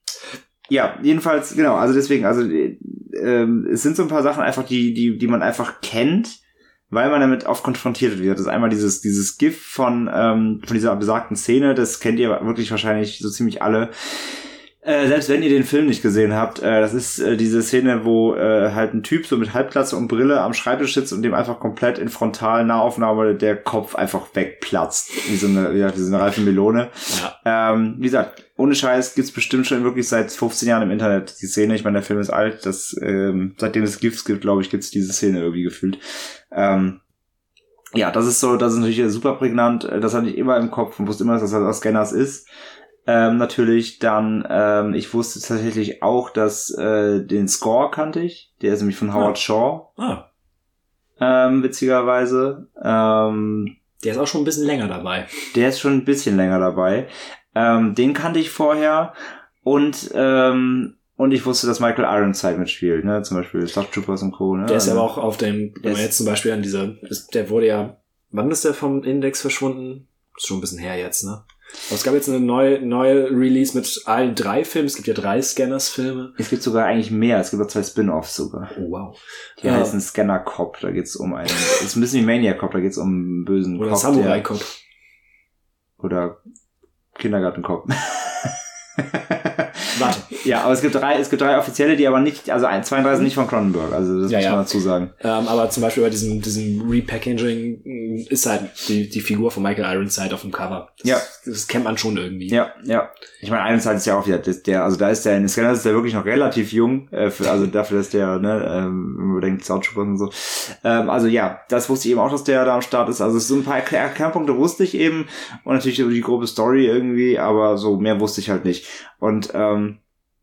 ja, jedenfalls, genau, also deswegen, also ähm, es sind so ein paar Sachen einfach, die, die, die man einfach kennt, weil man damit oft konfrontiert wird. Das ist einmal dieses, dieses GIF von, ähm, von dieser besagten Szene, das kennt ihr wirklich wahrscheinlich so ziemlich alle. Äh, selbst wenn ihr den Film nicht gesehen habt, äh, das ist äh, diese Szene, wo äh, halt ein Typ so mit Halbglatze und Brille am Schreibtisch sitzt und dem einfach komplett in frontal Nahaufnahme der Kopf einfach wegplatzt. Wie so eine, wie so eine reife Melone. Ja. Ähm, wie gesagt, ohne Scheiß gibt's bestimmt schon wirklich seit fünfzehn Jahren im Internet die Szene. Ich meine, der Film ist alt. Das, ähm, seitdem es GIFs gibt, glaube ich, gibt's diese Szene irgendwie gefühlt. Ähm, ja, das ist so, das ist natürlich super prägnant. Das hatte ich immer im Kopf und wusste immer, dass das aus Scanners ist. Ähm, natürlich dann, ähm, ich wusste tatsächlich auch, dass äh, den Score kannte ich. Der ist nämlich von Howard ah. Shaw. Ah. Ähm, witzigerweise. Ähm, der ist auch schon ein bisschen länger dabei. Der ist schon ein bisschen länger dabei. Ähm, den kannte ich vorher. Und ähm, und ich wusste, dass Michael Ironside mitspielt, ne? Zum Beispiel Starship Troopers und Co. Ne? Der ist ja aber auch auf dem, wenn man jetzt zum Beispiel an diese, der wurde ja, wann ist der vom Index verschwunden? Ist schon ein bisschen her jetzt, ne? Aber es gab jetzt eine neue, neue Release mit allen drei Filmen. Es gibt ja drei Scanners-Filme. Es gibt sogar eigentlich mehr. Es gibt auch zwei Spin-Offs sogar. Oh, wow. Die ja. heißen Scanner Cop. Da geht's um einen, es ist ein bisschen wie Maniac Cop. Da geht's um einen bösen Oder Cop. Oder Samurai Cop. Oder Kindergarten Cop. Warte. Ja, aber es gibt drei, es gibt drei offizielle, die aber nicht, also ein, zwei, drei sind nicht von Cronenberg, also das ja, muss man ja. dazu sagen. Ähm, aber zum Beispiel bei diesem, diesem Repackaging ist halt die, die Figur von Michael Ironside auf dem Cover. Das, ja. Das kennt man schon irgendwie. Ja, ja. Ich meine, Ironside ist ja auch wieder, der, also da ist der, in Scanners ist der wirklich noch relativ jung, äh, für, also dafür, dass der, ne, ähm, wenn man denkt, Soundtrooper und so. Ähm, also ja, das wusste ich eben auch, dass der da am Start ist. Also so ein paar Kernpunkte wusste ich eben und natürlich über die grobe Story irgendwie, aber so mehr wusste ich halt nicht. Und, ähm,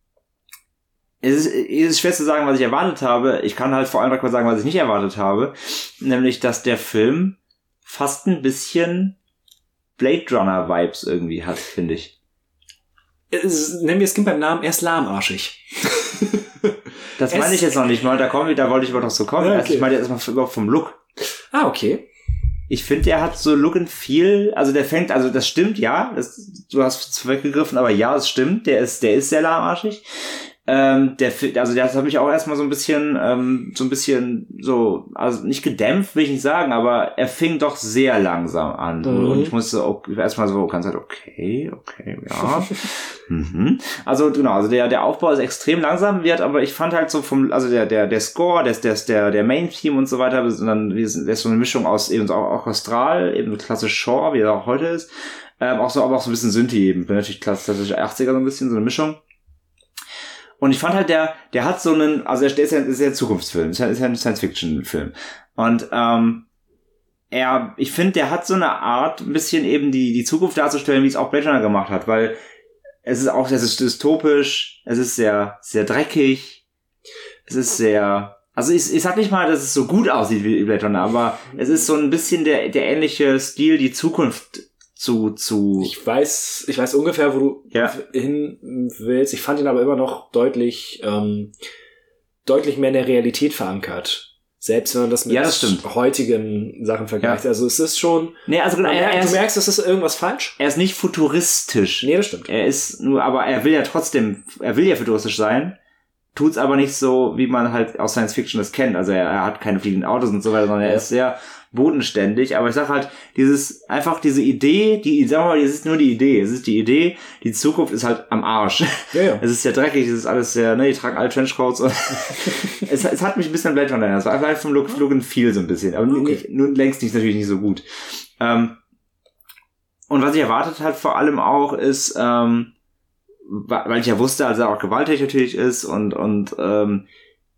Es ist, es ist schwer zu sagen, was ich erwartet habe. Ich kann halt vor allem mal sagen, was ich nicht erwartet habe. Nämlich, dass der Film fast ein bisschen Blade Runner Vibes irgendwie hat, finde ich. Es, nennen wir das Kind beim Namen, er ist lahmarschig. Das meine ich jetzt noch nicht mal. Da komme ich, da wollte ich aber noch so kommen. Okay. Also ich meine jetzt erstmal überhaupt vom Look. Ah, okay. Ich finde, der hat so Look and Feel, also der fängt, also das stimmt, ja. Das, du hast es weggegriffen, aber ja, es stimmt. Der ist, der ist sehr lahmarschig. Ähm, der, also das hat mich auch erstmal so ein bisschen, ähm, so ein bisschen so, also nicht gedämpft, will ich nicht sagen, aber er fing doch sehr langsam an. Mhm. Und ich musste auch erstmal so ganz halt, okay, okay, ja. mhm. Also genau, also der, der Aufbau ist extrem langsam wird, aber ich fand halt so vom, also der, der, der Score, der, der, der, der Main-Theme und so weiter, und dann der ist so eine Mischung aus eben so auch orchestral, eben klassisch Shaw, wie er auch heute ist, ähm, auch so, aber auch so ein bisschen Synthi eben, natürlich klassisch achtziger so ein bisschen, so eine Mischung. Und ich fand halt, der, der hat so einen, also der ist ja, ist ja ein Zukunftsfilm, ist ja, ist ja ein Science-Fiction-Film. Und, ähm, er, ich finde, der hat so eine Art, ein bisschen eben die, die Zukunft darzustellen, wie es auch Blade Runner gemacht hat, weil es ist auch, es ist dystopisch, es ist sehr, sehr dreckig, es ist sehr, also ich, ich sag nicht mal, dass es so gut aussieht wie Blade Runner, aber es ist so ein bisschen der, der ähnliche Stil, die Zukunft zu, zu. Ich weiß, ich weiß ungefähr, wo du ja. hin willst. Ich fand ihn aber immer noch deutlich, ähm, deutlich mehr in der Realität verankert. Selbst wenn man das mit ja, das heutigen Sachen vergleicht. Ja. Also es ist schon, nee, also genau, er, er, er du ist, merkst, es ist irgendwas falsch. Er ist nicht futuristisch. Nee, das stimmt. Er ist nur, aber er will ja trotzdem, er will ja futuristisch sein. Tut's aber nicht so, wie man halt aus Science Fiction das kennt. Also er, er hat keine fliegenden Autos und so weiter, sondern ja. er ist sehr bodenständig, aber ich sag halt, dieses, einfach diese Idee, die, sagen wir mal, es ist nur die Idee, es ist die Idee, die Zukunft ist halt am Arsch. Ja, ja. Es ist sehr dreckig, es ist alles sehr, ne, die tragen alle Trenchcoats und es, es hat mich ein bisschen an Blade Runner erinnert, es war einfach vom Look, Look and Feel so ein bisschen, aber okay. nicht, nur längst nicht, natürlich nicht so gut. Ähm, und was ich erwartet hat vor allem auch ist, ähm, weil ich ja wusste, also auch gewalttätig natürlich ist und, und, ähm,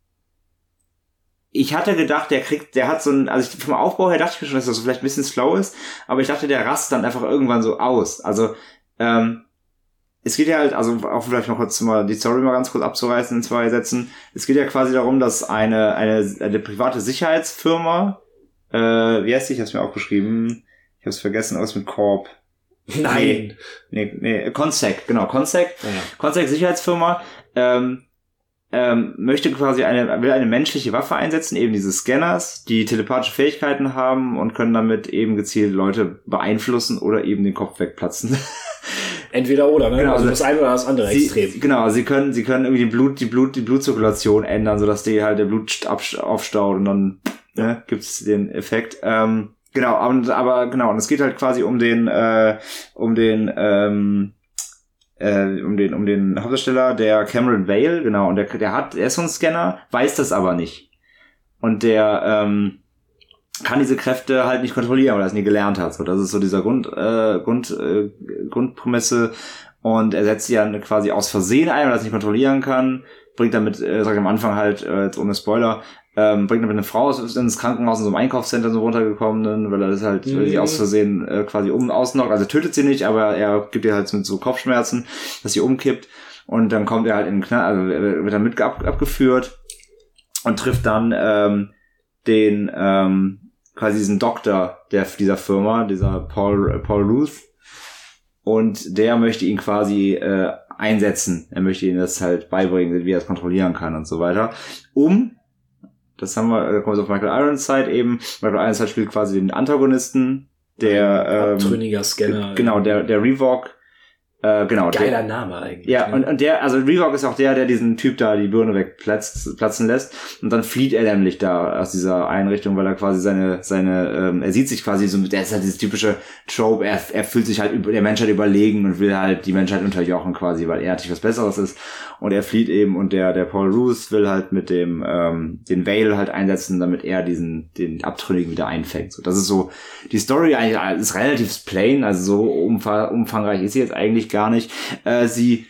ich hatte gedacht, der kriegt, der hat so ein, also ich, vom Aufbau her dachte ich mir schon, dass das so vielleicht ein bisschen slow ist, aber ich dachte, der rast dann einfach irgendwann so aus. Also, ähm, es geht ja halt, also auch vielleicht noch kurz mal die Story mal ganz kurz abzureißen in zwei Sätzen. Es geht ja quasi darum, dass eine, eine, eine private Sicherheitsfirma, äh, wie heißt die? Ich hab's mir aufgeschrieben. Ich hab's vergessen, aus mit Corp. Nein. Nee, nee, nee, Consec, genau, Consec. Ja. Consec Sicherheitsfirma, ähm, ähm, möchte quasi eine, will eine menschliche Waffe einsetzen, eben diese Scanners, die telepathische Fähigkeiten haben und können damit eben gezielt Leute beeinflussen oder eben den Kopf wegplatzen. Entweder oder, ne? Genau, also das eine oder das andere sie, Extrem. Genau, sie können, sie können irgendwie die Blut, die Blut, die Blutzirkulation ändern, sodass die halt der Blut aufstaut und dann, ne, gibt's den Effekt. Ähm, genau, aber, aber genau, und es geht halt quasi um den, äh, um den, ähm, Äh, um den um den Hauptdarsteller, der Cameron Vale, genau, und der der hat, er ist so ein Scanner, weiß das aber nicht. Und der ähm, kann diese Kräfte halt nicht kontrollieren, weil er es nie gelernt hat. So, das ist so dieser Grund äh, Grund äh, Grundprämisse, und er setzt sie dann quasi aus Versehen ein, weil er es nicht kontrollieren kann, bringt damit, äh, sag ich am Anfang halt, äh, jetzt ohne Spoiler, ähm, bringt dann eine Frau aus, ins Krankenhaus in so einem Einkaufscenter so runtergekommen, weil er das halt mhm. aus Versehen äh, quasi um ausnockt. Also tötet sie nicht, aber er gibt ihr halt mit so Kopfschmerzen, dass sie umkippt. Und dann kommt er halt in den Knall, also er wird dann mit ab, abgeführt und trifft dann ähm, den ähm, quasi diesen Doktor der dieser Firma, dieser Paul Paul Ruth. Und der möchte ihn quasi äh, einsetzen. Er möchte ihm das halt beibringen, wie er es kontrollieren kann und so weiter. Um, das haben wir, da kommen wir auf Michael Ironside eben. Michael Ironside spielt quasi den Antagonisten, der ähm, abtrünniger Scanner. Genau, der der Revok. Äh, genau. Geiler der, Name eigentlich. Ja, ne? und, und der, also Revok ist auch der, der diesen Typ da die Birne wegplatzen platzen lässt. Und dann flieht er nämlich da aus dieser Einrichtung, weil er quasi seine, seine, ähm, er sieht sich quasi so, der ist halt dieses typische Trope, er, er fühlt sich halt über der Menschheit überlegen und will halt die Menschheit unterjochen quasi, weil er natürlich was Besseres ist. Und er flieht eben und der, der Paul Ruth will halt mit dem, ähm, den Vale halt einsetzen, damit er diesen, den Abtrünnigen wieder einfängt. So, das ist so, die Story eigentlich ist relativ plain, also so umfang, umfangreich ist sie jetzt eigentlich gar nicht. Äh, sie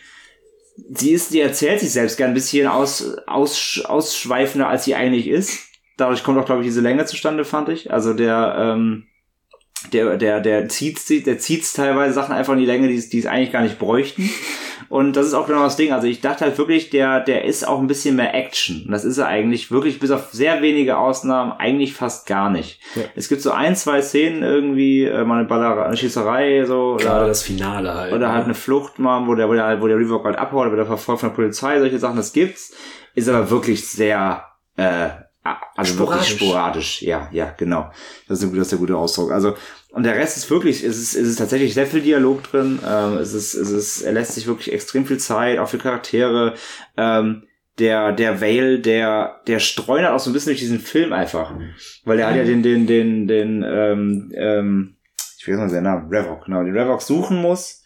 sie ist, die erzählt sich selbst gern ein bisschen aus, aus, ausschweifender, als sie eigentlich ist. Dadurch kommt auch, glaube ich, diese Länge zustande, fand ich. Also der, ähm, der, der, der zieht, der zieht teilweise Sachen einfach in die Länge, die es, die es eigentlich gar nicht bräuchten. Und das ist auch genau das Ding. Also ich dachte halt wirklich, der, der ist auch ein bisschen mehr Action. Und das ist er eigentlich wirklich, bis auf sehr wenige Ausnahmen, eigentlich fast gar nicht. Ja. Es gibt so ein, zwei Szenen irgendwie, äh, mal eine Ballerei, eine Schießerei, so. Gerade oder das Finale halt. Oder halt eine Flucht mal, wo der, wo der halt, wo der Revok halt abhaut, oder wird er verfolgt von der Polizei, solche Sachen, das gibt's. Ist aber wirklich sehr, äh, also sporadisch. wirklich sporadisch. Ja, ja, genau. Das ist, ein, das ist der gute Ausdruck. Also, und der Rest ist wirklich, es ist, es ist tatsächlich sehr viel Dialog drin, ähm, es ist, es ist, er lässt sich wirklich extrem viel Zeit, auch für Charaktere, ähm, der, der Vale, der, der streunert auch so ein bisschen durch diesen Film einfach, weil der hat ja den, den, den, den, ähm, ähm, ich weiß nicht, der Name, Revok, genau, den Revok suchen muss,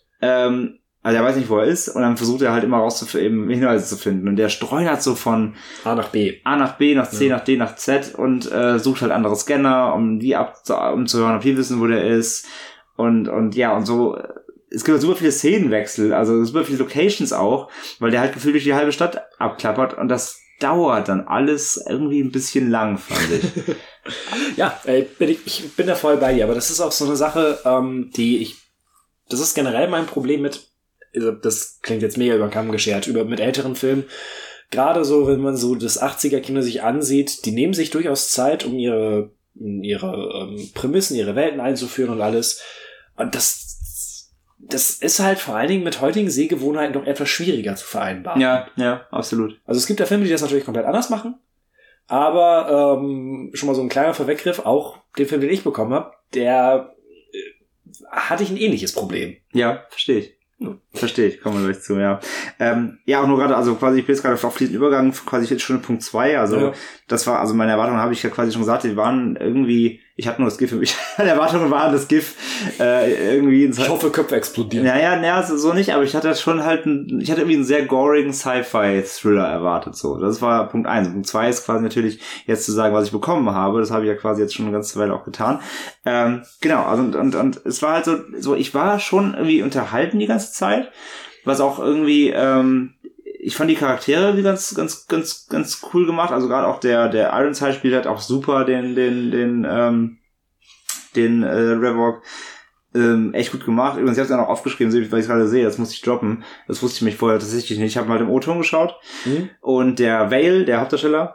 ähm, also er weiß nicht, wo er ist, und dann versucht er halt immer rauszufinden, Hinweise zu finden. Und der streunert so von A nach B. A nach B, nach C, ja. nach D, nach Z und äh, sucht halt andere Scanner, um die ab, um zu hören, ob die wissen, wo der ist. Und, und ja, und so, es gibt super viele Szenenwechsel, also super viele Locations auch, weil der halt gefühlt durch die halbe Stadt abklappert, und das dauert dann alles irgendwie ein bisschen lang, fand ich. Ja, ey, bin ich, ich bin da voll bei dir, aber das ist auch so eine Sache, ähm, die ich, das ist generell mein Problem mit, das klingt jetzt mega über den Kamm geschert, über, mit älteren Filmen. Gerade so, wenn man so das achtziger-Kino sich ansieht, die nehmen sich durchaus Zeit, um ihre, ihre ähm, Prämissen, ihre Welten einzuführen und alles. Und das, das ist halt vor allen Dingen mit heutigen Sehgewohnheiten noch etwas schwieriger zu vereinbaren. Ja, ja, absolut. Also es gibt ja Filme, die das natürlich komplett anders machen. Aber ähm, schon mal so ein kleiner Vorweggriff, auch den Film, den ich bekommen habe, der äh, hatte ich ein ähnliches Problem. Ja, verstehe ich. Verstehe ich, kommen wir gleich zu, ja. Ähm, ja, auch nur gerade, also quasi, ich bin jetzt gerade auf diesen Übergang, quasi jetzt schon Punkt zwei, also ja. Das war, also meine Erwartungen habe ich ja quasi schon gesagt, die waren irgendwie, ich hatte nur das GIF für mich, meine Erwartungen waren das GIF äh, irgendwie... Ich hoffe, Köpfe explodieren. Naja, naja, so nicht, aber ich hatte schon halt, ein, ich hatte irgendwie einen sehr gorigen Sci-Fi-Thriller erwartet, so. Das war Punkt eins. Punkt zwei ist quasi natürlich jetzt zu sagen, was ich bekommen habe, das habe ich ja quasi jetzt schon eine ganze Weile auch getan. Ähm, genau, also und, und, und es war halt so, so, ich war schon irgendwie unterhalten die ganze Zeit, was auch irgendwie, ähm, ich fand die Charaktere wie ganz, ganz, ganz, ganz cool gemacht. Also gerade auch der, der Ironside spielt halt auch super den, den, den, ähm, den äh, Revok. Ähm, echt gut gemacht. Übrigens, ich habe es ja noch aufgeschrieben, weil ich gerade sehe, das muss ich droppen. Das wusste ich mich vorher tatsächlich nicht. Ich habe mal im O-Ton geschaut. Mhm. Und der Vale, der Hauptdarsteller,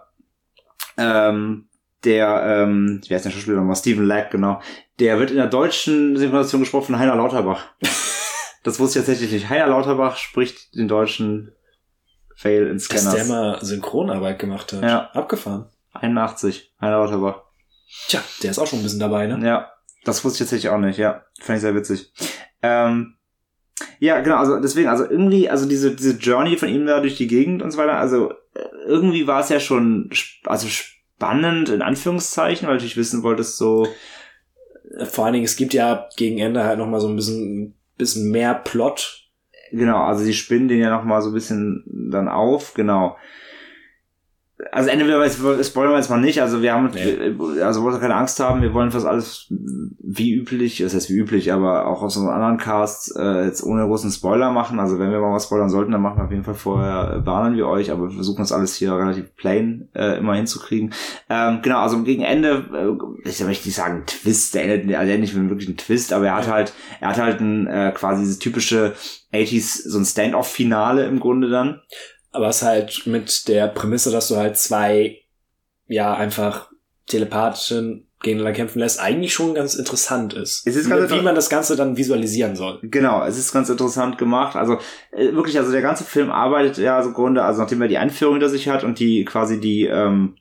ähm, der, ähm, wie heißt der Schauspieler nochmal? Stephen Lack, genau. Der wird in der deutschen Synchronisation gesprochen von Heiner Lauterbach. Das wusste ich tatsächlich nicht. Heiner Lauterbach spricht den deutschen Fail in Scanners. Dass der mal Synchronarbeit gemacht hat. Ja. Abgefahren. einundachtzig. Heiner Lauterbach. Tja, der ist auch schon ein bisschen dabei, ne? Ja. Das wusste ich tatsächlich auch nicht, ja. Fand ich sehr witzig. Ähm, ja, genau, also deswegen, also irgendwie, also diese, diese Journey von ihm da durch die Gegend und so weiter, also irgendwie war es ja schon, also spannend, in Anführungszeichen, weil du natürlich wissen wolltest, so. Vor allen Dingen, es gibt ja gegen Ende halt nochmal so ein bisschen, bisschen mehr Plot. Genau, also sie spinnen den ja nochmal so ein bisschen dann auf, genau. also Ende spoilern wir jetzt mal nicht, also wir haben, nee. also wollt ihr keine Angst haben, wir wollen fast alles wie üblich, das heißt wie üblich, aber auch aus unseren anderen Casts äh, jetzt ohne großen Spoiler machen, also wenn wir mal was spoilern sollten, dann machen wir auf jeden Fall vorher, äh, warnen wir euch, aber wir versuchen das alles hier relativ plain äh, immer hinzukriegen. Ähm, genau, also gegen Ende, äh, ich möchte nicht sagen Twist, der endet, also er nicht wirklich ein Twist, aber er hat halt, er hat halt ein, äh, quasi diese typische achtziger, so ein Stand-off-Finale im Grunde dann. Aber es halt mit der Prämisse, dass du halt zwei, ja, einfach Telepathischen gegeneinander kämpfen lässt, eigentlich schon ganz interessant ist. Es ist wie, ganz wie man das Ganze dann visualisieren soll. Genau, es ist ganz interessant gemacht. Also äh, wirklich, also der ganze Film arbeitet ja so im Grunde, also nachdem er die Einführung hinter sich hat und die quasi die, ähm,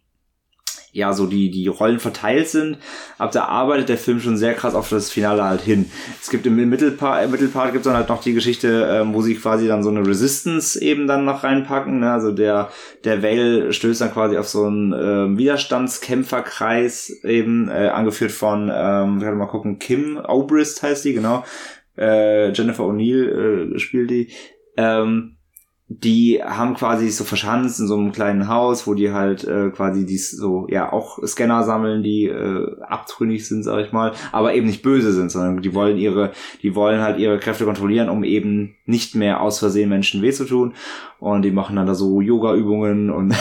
ja, so die, die Rollen verteilt sind, ab da arbeitet der Film schon sehr krass auf das Finale halt hin. Es gibt im Mittelpart, im Mittelpart gibt es dann halt noch die Geschichte, ähm, wo sie quasi dann so eine Resistance eben dann noch reinpacken, ne? Also der, der Vale stößt dann quasi auf so einen, ähm, Widerstandskämpferkreis eben, äh, angeführt von, ähm, ich kann mal gucken, Kim Obrist heißt die, genau, äh, Jennifer O'Neill, äh, spielt die, ähm, die haben quasi so verschanzt in so einem kleinen Haus, wo die halt äh, quasi dies so, ja, auch Scanner sammeln, die äh, abtrünnig sind, sag ich mal, aber eben nicht böse sind, sondern die wollen ihre, die wollen halt ihre Kräfte kontrollieren, um eben nicht mehr aus Versehen Menschen weh zu tun. Und die machen dann da so Yoga-Übungen und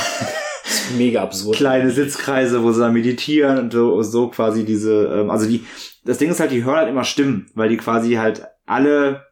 mega absurd. Kleine Sitzkreise, wo sie dann meditieren und so, so quasi diese, ähm, also die, das Ding ist halt, die hören halt immer Stimmen, weil die quasi halt alle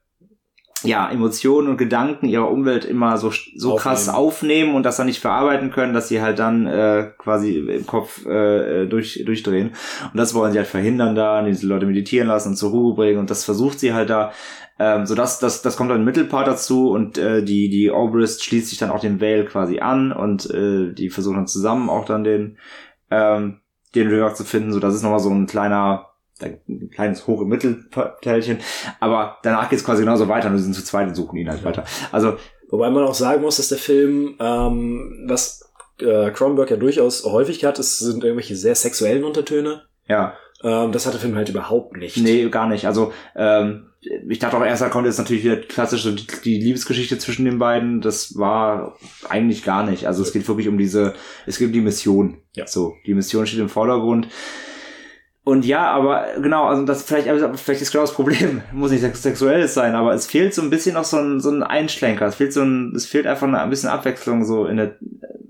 ja, Emotionen und Gedanken ihrer Umwelt immer so so aufnehmen. krass aufnehmen und das dann nicht verarbeiten können, dass sie halt dann äh, quasi im Kopf äh, durch durchdrehen. Und das wollen sie halt verhindern da, diese Leute meditieren lassen und zur Ruhe bringen. Und das versucht sie halt da. Ähm, so das, das, das kommt dann im Mittelpart dazu und äh, die die Obrist schließt sich dann auch dem Vale quasi an und äh, die versuchen dann zusammen auch dann den ähm, den Röhr zu finden. So, das ist nochmal so ein kleiner ein kleines Hoch- und Mittelteilchen, aber danach geht's quasi genauso weiter, nur sie sind zu zweit und suchen ihn halt weiter. Also, wobei man auch sagen muss, dass der Film, ähm, was äh, Cronenberg ja durchaus häufig hat, es sind irgendwelche sehr sexuellen Untertöne. Ja. Ähm, das hat der Film halt überhaupt nicht. Nee, gar nicht. Also, ähm, ich dachte auch erst, da kommt jetzt natürlich wieder klassisch so die, die Liebesgeschichte zwischen den beiden. Das war eigentlich gar nicht. Also, es geht wirklich um diese, es geht um die Mission. Ja. So, die Mission steht im Vordergrund. Und ja, aber genau, also das vielleicht, also vielleicht ist genau das Problem, muss nicht sexuelles sein, aber es fehlt so ein bisschen noch so ein, so ein Einschlenker, es fehlt so ein, es fehlt einfach ein bisschen Abwechslung so in der,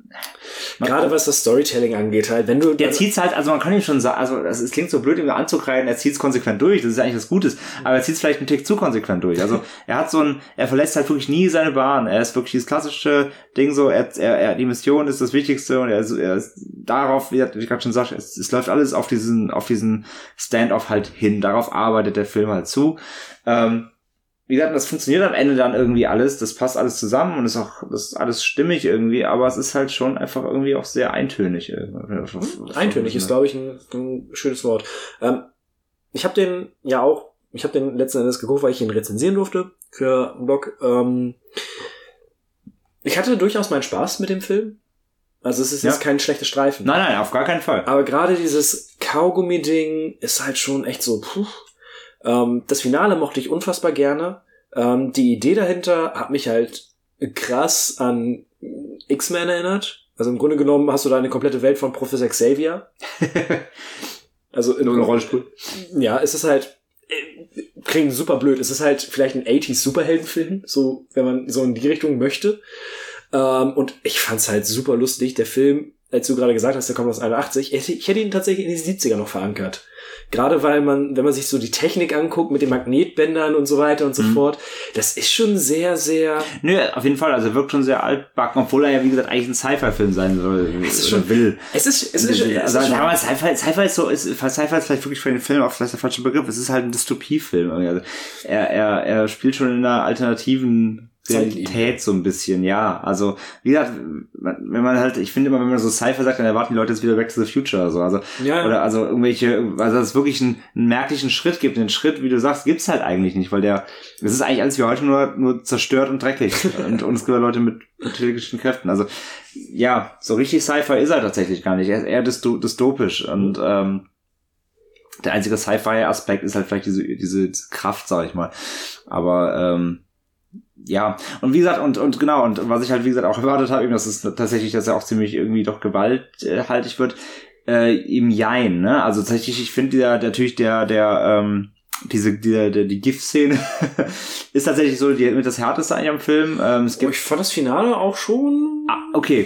gerade was das Storytelling angeht, halt, wenn du... Der zieht's halt, also man kann ihm schon sagen, also es klingt so blöd, ihm anzukreiden, er zieht's konsequent durch, das ist eigentlich was Gutes, aber er zieht's vielleicht einen Tick zu konsequent durch. Also er hat so ein, er verlässt halt wirklich nie seine Bahn, er ist wirklich dieses klassische Ding so, er, er, er die Mission ist das Wichtigste und er ist, er ist darauf, wie ich gerade schon sagte, es, es läuft alles auf diesen, auf diesen Stand-off halt hin, darauf arbeitet der Film halt zu. Ähm, Wie gesagt, das funktioniert am Ende dann irgendwie alles, das passt alles zusammen und ist auch, das ist alles stimmig irgendwie, aber es ist halt schon einfach irgendwie auch sehr eintönig. Eintönig ist, glaube ich, ein, ein schönes Wort. Ähm, ich habe den ja auch, ich habe den letzten Endes geguckt, weil ich ihn rezensieren durfte für einen Blog. Ähm, ich hatte durchaus meinen Spaß mit dem Film. Also es ist ja. jetzt kein schlechter Streifen. Nein, nein, auf gar keinen Fall. Aber gerade dieses Kaugummi-Ding ist halt schon echt so, puh. Ähm, das Finale mochte ich unfassbar gerne. Ähm, die Idee dahinter hat mich halt krass an X-Men erinnert. Also im Grunde genommen hast du da eine komplette Welt von Professor Xavier. Also in eine Rollstuhl. Ja, es ist halt äh, klingt super blöd. Es ist halt vielleicht ein achtziger Superheldenfilm, so wenn man so in die Richtung möchte. Ähm, und ich fand's halt super lustig. Der Film, als du gerade gesagt hast, der kommt aus einundachtzig. Ich hätte ihn tatsächlich in die siebziger noch verankert. Gerade weil man, wenn man sich so die Technik anguckt mit den Magnetbändern und so weiter und so mhm. fort, das ist schon sehr, sehr... Nö, auf jeden Fall, also wirkt schon sehr altbacken, obwohl er ja, wie gesagt, eigentlich ein Sci-Fi-Film sein soll. Es ist schon, will. Es ist, es ist, es ist also, schon... Also, Sci-Fi, Sci-Fi ist so, ist, Sci-Fi ist vielleicht wirklich für den Film auch vielleicht der falsche Begriff. Es ist halt ein Dystopiefilm. Also, er, er, er spielt schon in einer alternativen Realität so ein bisschen, ja. Also, wie gesagt, wenn man halt, ich finde immer, wenn man so Sci-Fi sagt, dann erwarten die Leute jetzt wieder Back to the Future oder so. Also, ja. Oder also irgendwelche, also dass es wirklich einen, einen merklichen Schritt gibt. Den Schritt, wie du sagst, gibt's halt eigentlich nicht, weil der, es ist eigentlich alles wie heute nur, nur zerstört und dreckig. und, und es gibt Leute mit telekinetischen Kräften. Also, ja, so richtig Sci-Fi ist er tatsächlich gar nicht. Er ist eher dystopisch und, ähm, der einzige Sci-Fi-Aspekt ist halt vielleicht diese, diese Kraft, sag ich mal. Aber, ähm, ja, und wie gesagt, und, und genau, und was ich halt, wie gesagt, auch erwartet habe, eben, dass es tatsächlich, dass er auch ziemlich irgendwie doch gewalthaltig wird, äh, im Jein, ne? Also tatsächlich, ich finde der, natürlich der, der, ähm, diese, die, die, die GIF-Szene ist tatsächlich so die, mit das Härteste eigentlich am Film. Ähm, es gibt, oh, ich fand das Finale auch schon. Ah, okay.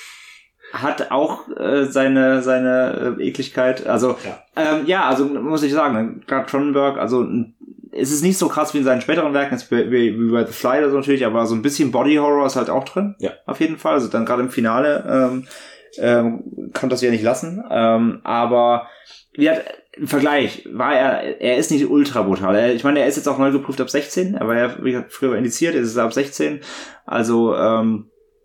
Hat auch äh, seine, seine äh, Ekligkeit. Also, ja. Ähm, ja, also muss ich sagen, gerade Cronenberg, also es ist nicht so krass wie in seinen späteren Werken, jetzt wie, wie bei The Fly oder so natürlich, aber so ein bisschen Body Horror ist halt auch drin. Ja. Auf jeden Fall. Also dann gerade im Finale ähm, ähm, kann das ja nicht lassen. Ähm, aber wie hat im Vergleich war er, er ist nicht ultra brutal. Er, ich meine, er ist jetzt auch neu geprüft ab sechzehn. Er war ja wie gesagt, früher indiziert, jetzt ist er ab sechzehn. Also ähm,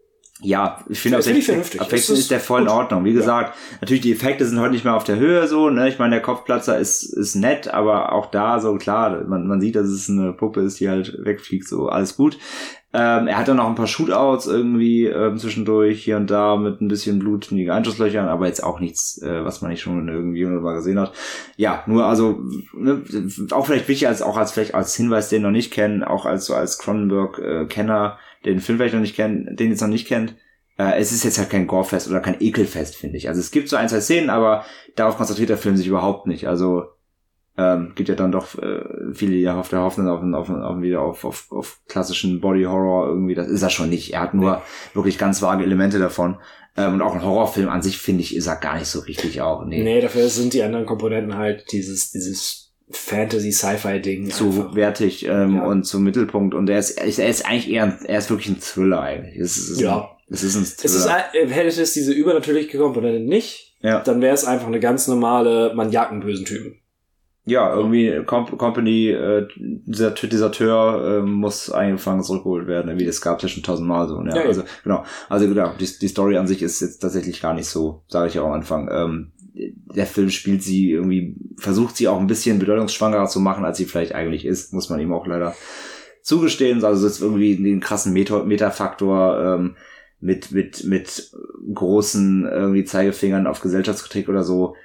ja, ich finde, ab sechzehn, ab sechzehn ist der voll in Ordnung. Wie gesagt, ja. Natürlich, die Effekte sind heute nicht mehr auf der Höhe so, ne? Ich meine, der Kopfplatzer ist ist nett, aber auch da so, klar, man man sieht, dass es eine Puppe ist, die halt wegfliegt, so, alles gut. Ähm, er hat dann noch ein paar Shootouts irgendwie ähm, zwischendurch, hier und da, mit ein bisschen blutigen Einschusslöchern, aber jetzt auch nichts, äh, was man nicht schon irgendwie mal gesehen hat. Ja, nur also, ne, auch vielleicht wichtig, als auch als vielleicht als Hinweis, den noch nicht kennen, auch als so als Cronenberg-Kenner, den Film vielleicht noch nicht kennt, den jetzt noch nicht kennt, äh, es ist jetzt halt kein Gorefest oder kein Ekelfest, finde ich. Also es gibt so ein, zwei Szenen, aber darauf konzentriert der Film sich überhaupt nicht. Also ähm, gibt ja dann doch äh, viele, die auf der Hoffnung auf, auf, auf wieder auf, auf, auf klassischen Body Horror irgendwie. Das ist er schon nicht. Er hat nur nee. wirklich ganz vage Elemente davon. Ähm, und auch ein Horrorfilm an sich, finde ich, ist er gar nicht so richtig auch. Nee, nee, dafür sind die anderen Komponenten halt dieses dieses Fantasy-Sci-Fi-Ding. Zu einfach wertig ähm, ja. und zum Mittelpunkt. Und er ist, er ist eigentlich eher, ein, er ist wirklich ein Thriller eigentlich. Es ist, ja. Es ist ein Thriller. Es ist, hätte es diese übernatürliche Komponente nicht, ja. dann wäre es einfach eine ganz normale, man jagt einen bösen Typen. Ja, irgendwie Com- Company, äh, dieser Deserteur äh, muss eingefangen zurückgeholt werden. Irgendwie, das gab es ja schon tausendmal so. Ja, ja, also genau. Also genau, die, die Story an sich ist jetzt tatsächlich gar nicht so, sage ich ja auch am Anfang. Ähm, der Film spielt sie irgendwie, versucht sie auch ein bisschen bedeutungsschwangerer zu machen, als sie vielleicht eigentlich ist, muss man ihm auch leider zugestehen. Also es ist irgendwie den krassen Meta- Metafaktor ähm, mit mit mit großen irgendwie Zeigefingern auf Gesellschaftskritik oder so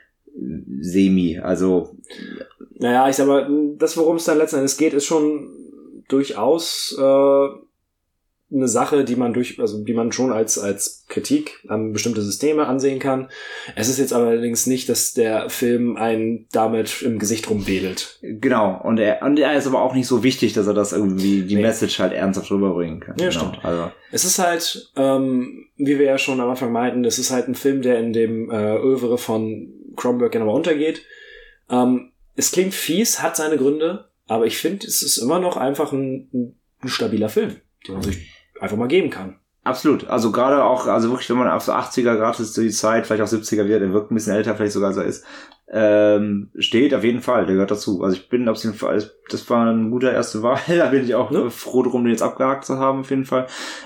semi. Also naja, ich sag mal, das, worum es dann letzten Endes geht, ist schon durchaus äh, eine Sache, die man durch, also die man schon als als Kritik an bestimmte Systeme ansehen kann. Es ist jetzt allerdings nicht, dass der Film einen damit im Gesicht rumwedelt. Genau, und er und er ist aber auch nicht so wichtig, dass er das irgendwie die nee. Message halt ernsthaft rüberbringen kann. Ja, genau. Stimmt. Also es ist halt, ähm, wie wir ja schon am Anfang meinten, das ist halt ein Film, der in dem äh, Övre von Cronenberg gerne mal untergeht. Ähm, es klingt fies, hat seine Gründe, aber ich finde, es ist immer noch einfach ein, ein stabiler Film, den man sich einfach mal geben kann. Absolut. Also gerade auch, also wirklich, wenn man auf so achtziger Grad ist, die Zeit, vielleicht auch siebziger wird, der wirkt ein bisschen älter, vielleicht sogar so ist, ähm, steht auf jeden Fall, der gehört dazu. Also ich bin auf jeden Fall, das war eine gute erste Wahl, da bin ich auch ne? froh drum, den jetzt abgehakt zu haben, auf jeden Fall.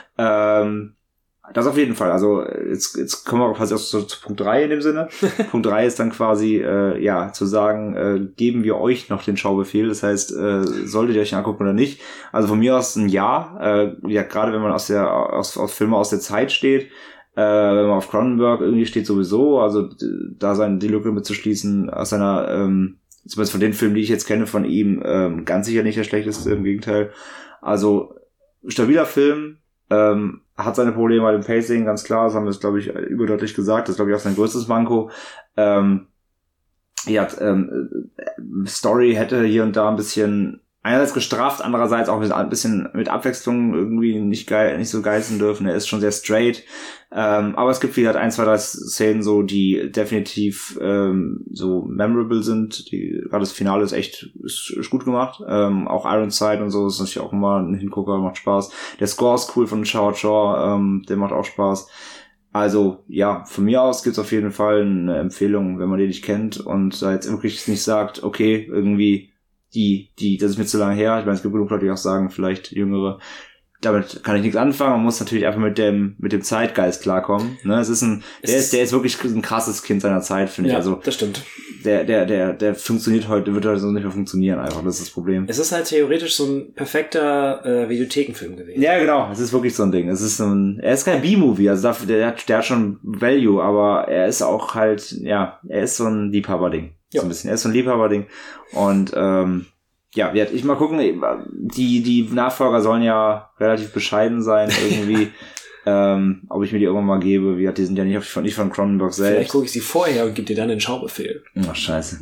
Ähm, Das auf jeden Fall. Also jetzt, jetzt kommen wir quasi auch zu, zu Punkt drei in dem Sinne. Punkt drei ist dann quasi, äh, ja, zu sagen, äh, geben wir euch noch den Schaubefehl. Das heißt, äh, solltet ihr euch angucken oder nicht. Also von mir aus ein Ja. Äh, ja, gerade wenn man aus der aus, aus Filme aus der Zeit steht, äh, wenn man auf Cronenberg irgendwie steht sowieso. Also da sein die Lücke mitzuschließen aus seiner, ähm, zumindest von den Filmen, die ich jetzt kenne von ihm, ähm, ganz sicher nicht der schlechteste, im Gegenteil. Also stabiler Film. Ähm, hat seine Probleme bei dem Pacing, ganz klar, das haben wir jetzt, glaube ich, überdeutlich gesagt, das ist, glaube ich, auch sein größtes Manko. Ähm, ja, ähm, Story hätte hier und da ein bisschen einerseits gestrafft, andererseits auch ein bisschen mit Abwechslung irgendwie nicht geil, nicht so geißen dürfen. Er ist schon sehr straight. Ähm, aber es gibt wieder ein, zwei, drei Szenen so, die definitiv ähm, so memorable sind. Die, gerade das Finale ist echt ist, ist gut gemacht. Ähm, auch Ironside und so ist natürlich auch immer ein Hingucker, macht Spaß. Der Score ist cool von Howard Shore, ähm, der macht auch Spaß. Also, ja, von mir aus gibt's auf jeden Fall eine Empfehlung, wenn man den nicht kennt und da jetzt wirklich nicht sagt, okay, irgendwie die, die, das ist mir zu lange her. Ich meine, es gibt genug Leute, die auch sagen, vielleicht Jüngere, damit kann ich nichts anfangen. Man muss natürlich einfach mit dem, mit dem Zeitgeist klarkommen. Ne, es ist ein, der ist, der ist wirklich ein krasses Kind seiner Zeit, finde ich. Ja, also, das stimmt. Der, der, der, der funktioniert heute, wird heute so nicht mehr funktionieren einfach. Das ist das Problem. Es ist halt theoretisch so ein perfekter äh, Videothekenfilm gewesen. Ja, genau. Es ist wirklich so ein Ding. Es ist so ein, er ist kein B-Movie, also dafür, der hat, der hat schon Value, aber er ist auch halt, ja, er ist so ein Liebhaberding. So ein bisschen. Er ist so ein Liebhaberding. Und, ähm, ja, ich mal gucken, die, die Nachfolger sollen ja relativ bescheiden sein irgendwie. Ähm, ob ich mir die irgendwann mal gebe, wie hat die sind ja nicht von, nicht von Cronenberg selbst. Vielleicht gucke ich sie vorher und gebe dir dann den Schaubefehl. Ach, scheiße.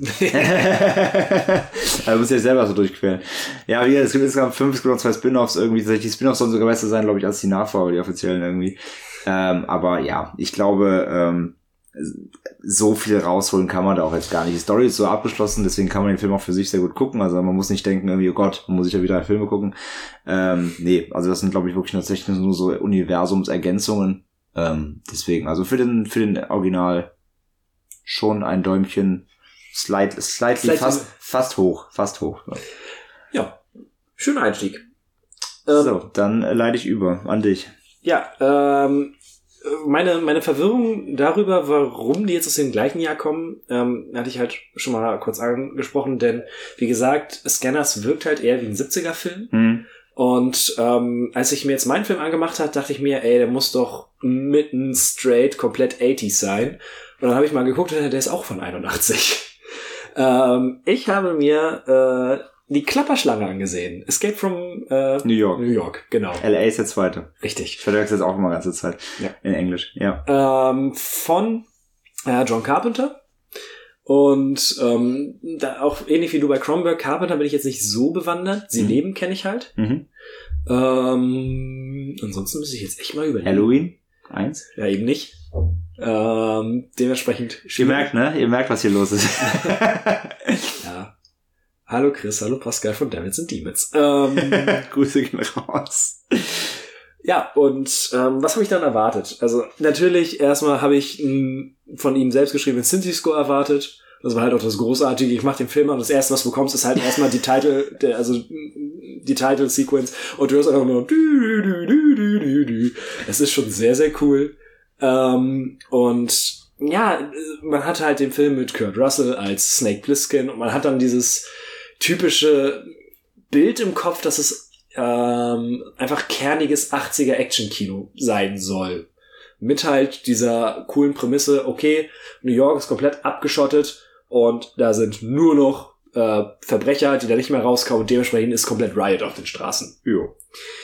Also muss ich ja selber so durchqueren. Ja, wie, es gibt insgesamt fünf, es gibt noch zwei Spin-Offs irgendwie. Die Spin-Offs sollen sogar besser sein, glaube ich, als die Nachfolger, die offiziellen irgendwie. Ähm, aber ja, ich glaube, ähm, so viel rausholen kann man da auch jetzt gar nicht. Die Story ist so abgeschlossen, deswegen kann man den Film auch für sich sehr gut gucken. Also man muss nicht denken, irgendwie, oh Gott, muss ich ja wieder Filme gucken. Ähm, nee, also das sind, glaube ich, wirklich tatsächlich nur so Universumsergänzungen. Ähm, deswegen, also für den, für den Original schon ein Däumchen slight, slightly, fast, fast hoch, fast hoch. Ja, schöner Einstieg. Ähm, so, dann äh, leite ich über an dich. Ja, ähm, Meine, meine Verwirrung darüber, warum die jetzt aus dem gleichen Jahr kommen, ähm, hatte ich halt schon mal kurz angesprochen, denn wie gesagt, Scanners wirkt halt eher wie ein siebziger-Film. Mhm. Und ähm, als ich mir jetzt meinen Film angemacht habe, dachte ich mir, ey, der muss doch mitten straight komplett achtziger sein. Und dann habe ich mal geguckt, der ist auch von einundachtzig. ähm, ich habe mir äh, die Klapperschlange angesehen. Escape from äh, New York. New York, genau. L A ist der zweite. Richtig. Ich verwechsel jetzt auch immer ganze Zeit. Ja. In Englisch, ja. Ähm, von äh, John Carpenter. Und ähm, da auch ähnlich wie du bei Cronenberg, Carpenter bin ich jetzt nicht so bewandert. Sie mhm. leben kenne ich halt. Mhm. Ähm, ansonsten müsste ich jetzt echt mal überlegen. Halloween? Eins? Ja, eben nicht. Ähm, dementsprechend schwierig. Ihr merkt, ne? Ihr merkt, was hier los ist. Ja. Hallo Chris, hallo Pascal von Devils and Demons. Ähm, Grüße gehen raus. Ja, und ähm, was habe ich dann erwartet? Also natürlich, erstmal habe ich m, von ihm selbst geschriebenen Synthie-Score erwartet. Das war halt auch das Großartige. Ich mache den Film an, das Erste, was du bekommst, ist halt erstmal die Title, der, also die Title-Sequence. Und du hörst einfach nur dü, dü, dü, dü, dü, dü. Es ist schon sehr, sehr cool. Ähm, und ja, man hat halt den Film mit Kurt Russell als Snake Plissken und man hat dann dieses typische Bild im Kopf, dass es ähm, einfach kerniges achtziger Action-Kino sein soll. Mit halt dieser coolen Prämisse, okay, New York ist komplett abgeschottet und da sind nur noch äh, Verbrecher, die da nicht mehr rauskommen und dementsprechend ist komplett Riot auf den Straßen. Jo.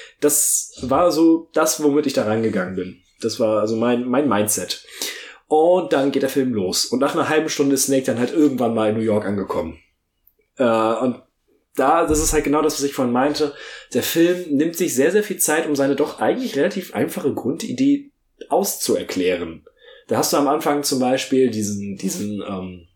Das war so das, womit ich da reingegangen bin. Das war also mein, mein Mindset. Und dann geht der Film los. Und nach einer halben Stunde ist Snake dann halt irgendwann mal in New York angekommen. Äh, und da, das ist halt genau das, was ich vorhin meinte. Der Film nimmt sich sehr, sehr viel Zeit, um seine doch eigentlich relativ einfache Grundidee auszuerklären. Da hast du am Anfang zum Beispiel diesen, diesen, ähm,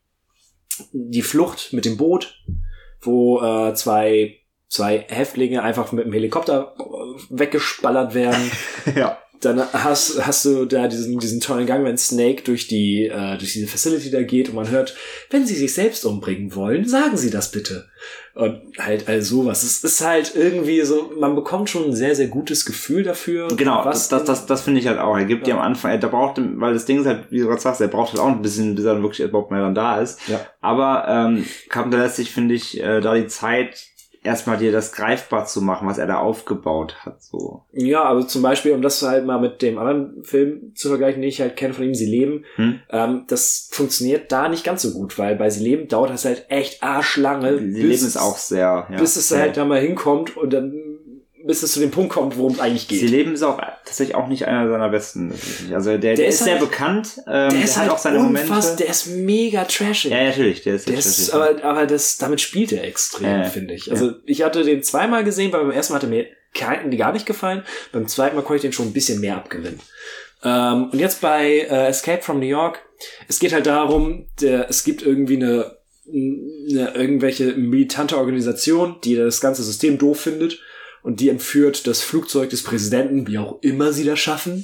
die Flucht mit dem Boot, wo äh, zwei, zwei Häftlinge einfach mit dem Helikopter weggespallert werden. Ja. Dann hast, hast du da diesen, diesen tollen Gang, wenn Snake durch die, äh, durch diese Facility da geht und man hört, wenn Sie sich selbst umbringen wollen, sagen Sie das bitte. Und halt all sowas. Es ist halt irgendwie so, man bekommt schon ein sehr, sehr gutes Gefühl dafür. Genau, was das, das, das, das finde ich halt auch. Er gibt ja am Anfang, da braucht, weil das Ding ist halt, wie du gerade sagst, er braucht halt auch ein bisschen, bis er dann wirklich überhaupt mehr dann da ist. Ja. Aber, ähm, Carpenter lässt sich, finde ich, äh, da die Zeit, erstmal dir das greifbar zu machen, was er da aufgebaut hat, so. Ja, also zum Beispiel, um das halt mal mit dem anderen Film zu vergleichen, den ich halt kenne von ihm, Sie leben, hm? ähm, das funktioniert da nicht ganz so gut, weil bei Sie leben dauert das halt echt arschlange. Sie leben ist auch sehr, ja. Bis es sehr. halt da mal hinkommt und dann, bis es zu dem Punkt kommt, worum es eigentlich geht. Sie leben ist auch tatsächlich auch nicht einer seiner besten. Also der, der, der ist, ist sehr halt, bekannt, ähm, der ist der halt hat auch seine Momente. Der ist mega trashig. Ja, natürlich, der ist der ist, aber, aber das, damit spielt er extrem, ja, finde ich. Also ja. Ich hatte den zweimal gesehen, weil beim ersten Mal hat er mir gar nicht gefallen. Beim zweiten Mal konnte ich den schon ein bisschen mehr abgewinnen. Ähm, und jetzt bei äh, Escape from New York, es geht halt darum, der, es gibt irgendwie eine, eine irgendwelche militante Organisation, die das ganze System doof findet. Und die entführt das Flugzeug des Präsidenten, wie auch immer sie das schaffen.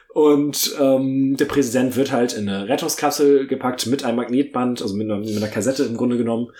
Und ähm, der Präsident wird halt in eine Rettungskapsel gepackt mit einem Magnetband, also mit einer, mit einer Kassette im Grunde genommen,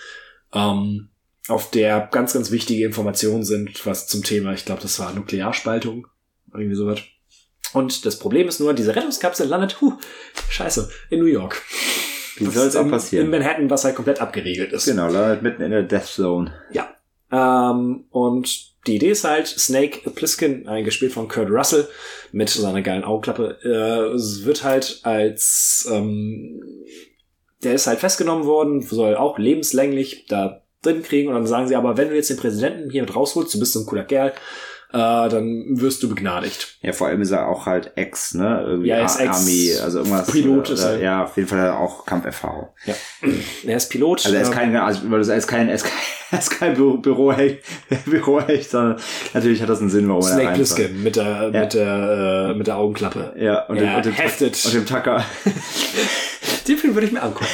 ähm, auf der ganz, ganz wichtige Informationen sind, was zum Thema, ich glaube, das war Nuklearspaltung, irgendwie sowas. Und das Problem ist nur, diese Rettungskapsel landet, huh, scheiße, in New York. Wie soll es auch passieren? In Manhattan, was halt komplett abgeriegelt ist. Genau, landet mitten in der Death Zone. Ja. Ähm, und die Idee ist halt, Snake Plissken, eingespielt von Kurt Russell, mit seiner geilen Augenklappe, äh, wird halt als, ähm, der ist halt festgenommen worden, soll auch lebenslänglich da drin kriegen und dann sagen sie, aber wenn du jetzt den Präsidenten hier mit rausholst, du bist so ein cooler Kerl, äh, dann wirst du begnadigt. Ja, vor allem ist er auch halt Ex, ne? Irgendwie ja, er ist Army, also irgendwas. Pilot oder, ist er. Ja, auf jeden Fall auch Kampferfahrung. Ja. Er ist Pilot. Also er ist kein, also er ist kein, er ist kein, er ist kein Büro, Bürohecht, Bürohecht, sondern natürlich hat das einen Sinn, warum er da Snake rein Plissken mit der, ja. mit der, äh, mit der Augenklappe. Ja, und, ja, dem, und, dem, heftet. und dem Tucker. Den Film würde ich mir angucken.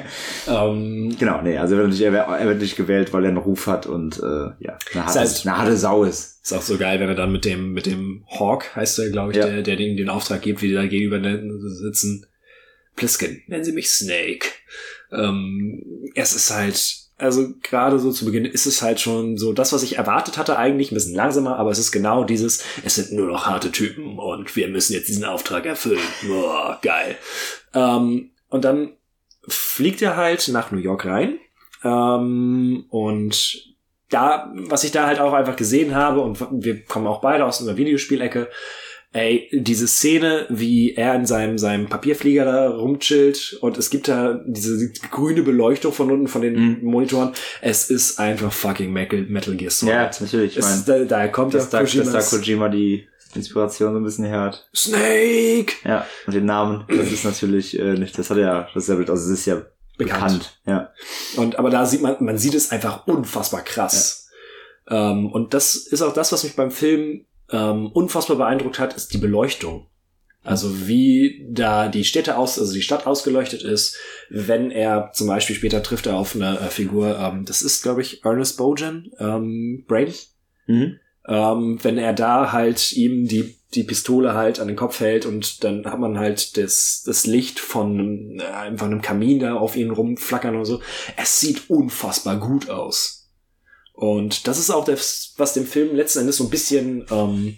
um, genau, nee, also er wird, nicht, er wird nicht gewählt, weil er einen Ruf hat und äh, ja, eine harte, heißt, eine harte Sau ist. Ist auch so geil, wenn er dann mit dem mit dem Hawk, heißt er, glaube ich, ja. der, der den, den Auftrag gibt, wie die da gegenüber sitzen. Plisken, nennen Sie mich Snake. Um, es ist halt, also gerade so zu Beginn ist es halt schon so das, was ich erwartet hatte, eigentlich ein bisschen langsamer, aber es ist genau dieses, es sind nur noch harte Typen und wir müssen jetzt diesen Auftrag erfüllen. Boah, geil. Um, Und dann fliegt er halt nach New York rein. Ähm, und da, was ich da halt auch einfach gesehen habe, und wir kommen auch beide aus einer Videospielecke, ey, diese Szene, wie er in seinem, seinem Papierflieger da rumchillt und es gibt da diese grüne Beleuchtung von unten von den mhm. Monitoren. Es ist einfach fucking Metal, Metal Gear Solid. Ja, natürlich. Ich mein, da, daher kommt das ja Kojimas, dass da Kojima die Inspiration so ein bisschen her hat. Snake! Ja, und den Namen, das ist natürlich äh, nicht, das hat er, das ist ja, also es ist ja bekannt. bekannt. Ja. Und, aber da sieht man, man sieht es einfach unfassbar krass. Ja. Ähm, und das ist auch das, was mich beim Film ähm, unfassbar beeindruckt hat, ist die Beleuchtung. Also wie da die Städte aus, also die Stadt ausgeleuchtet ist, wenn er zum Beispiel später trifft er auf eine äh, Figur, ähm, das ist, glaube ich, Ernest Bojan, ähm, Brain. Mhm. Ähm, wenn er da halt ihm die die Pistole halt an den Kopf hält und dann hat man halt das das Licht von äh, einfach einem Kamin da auf ihn rumflackern und so. Es sieht unfassbar gut aus. Und das ist auch das, was dem Film letzten Endes so ein bisschen ähm,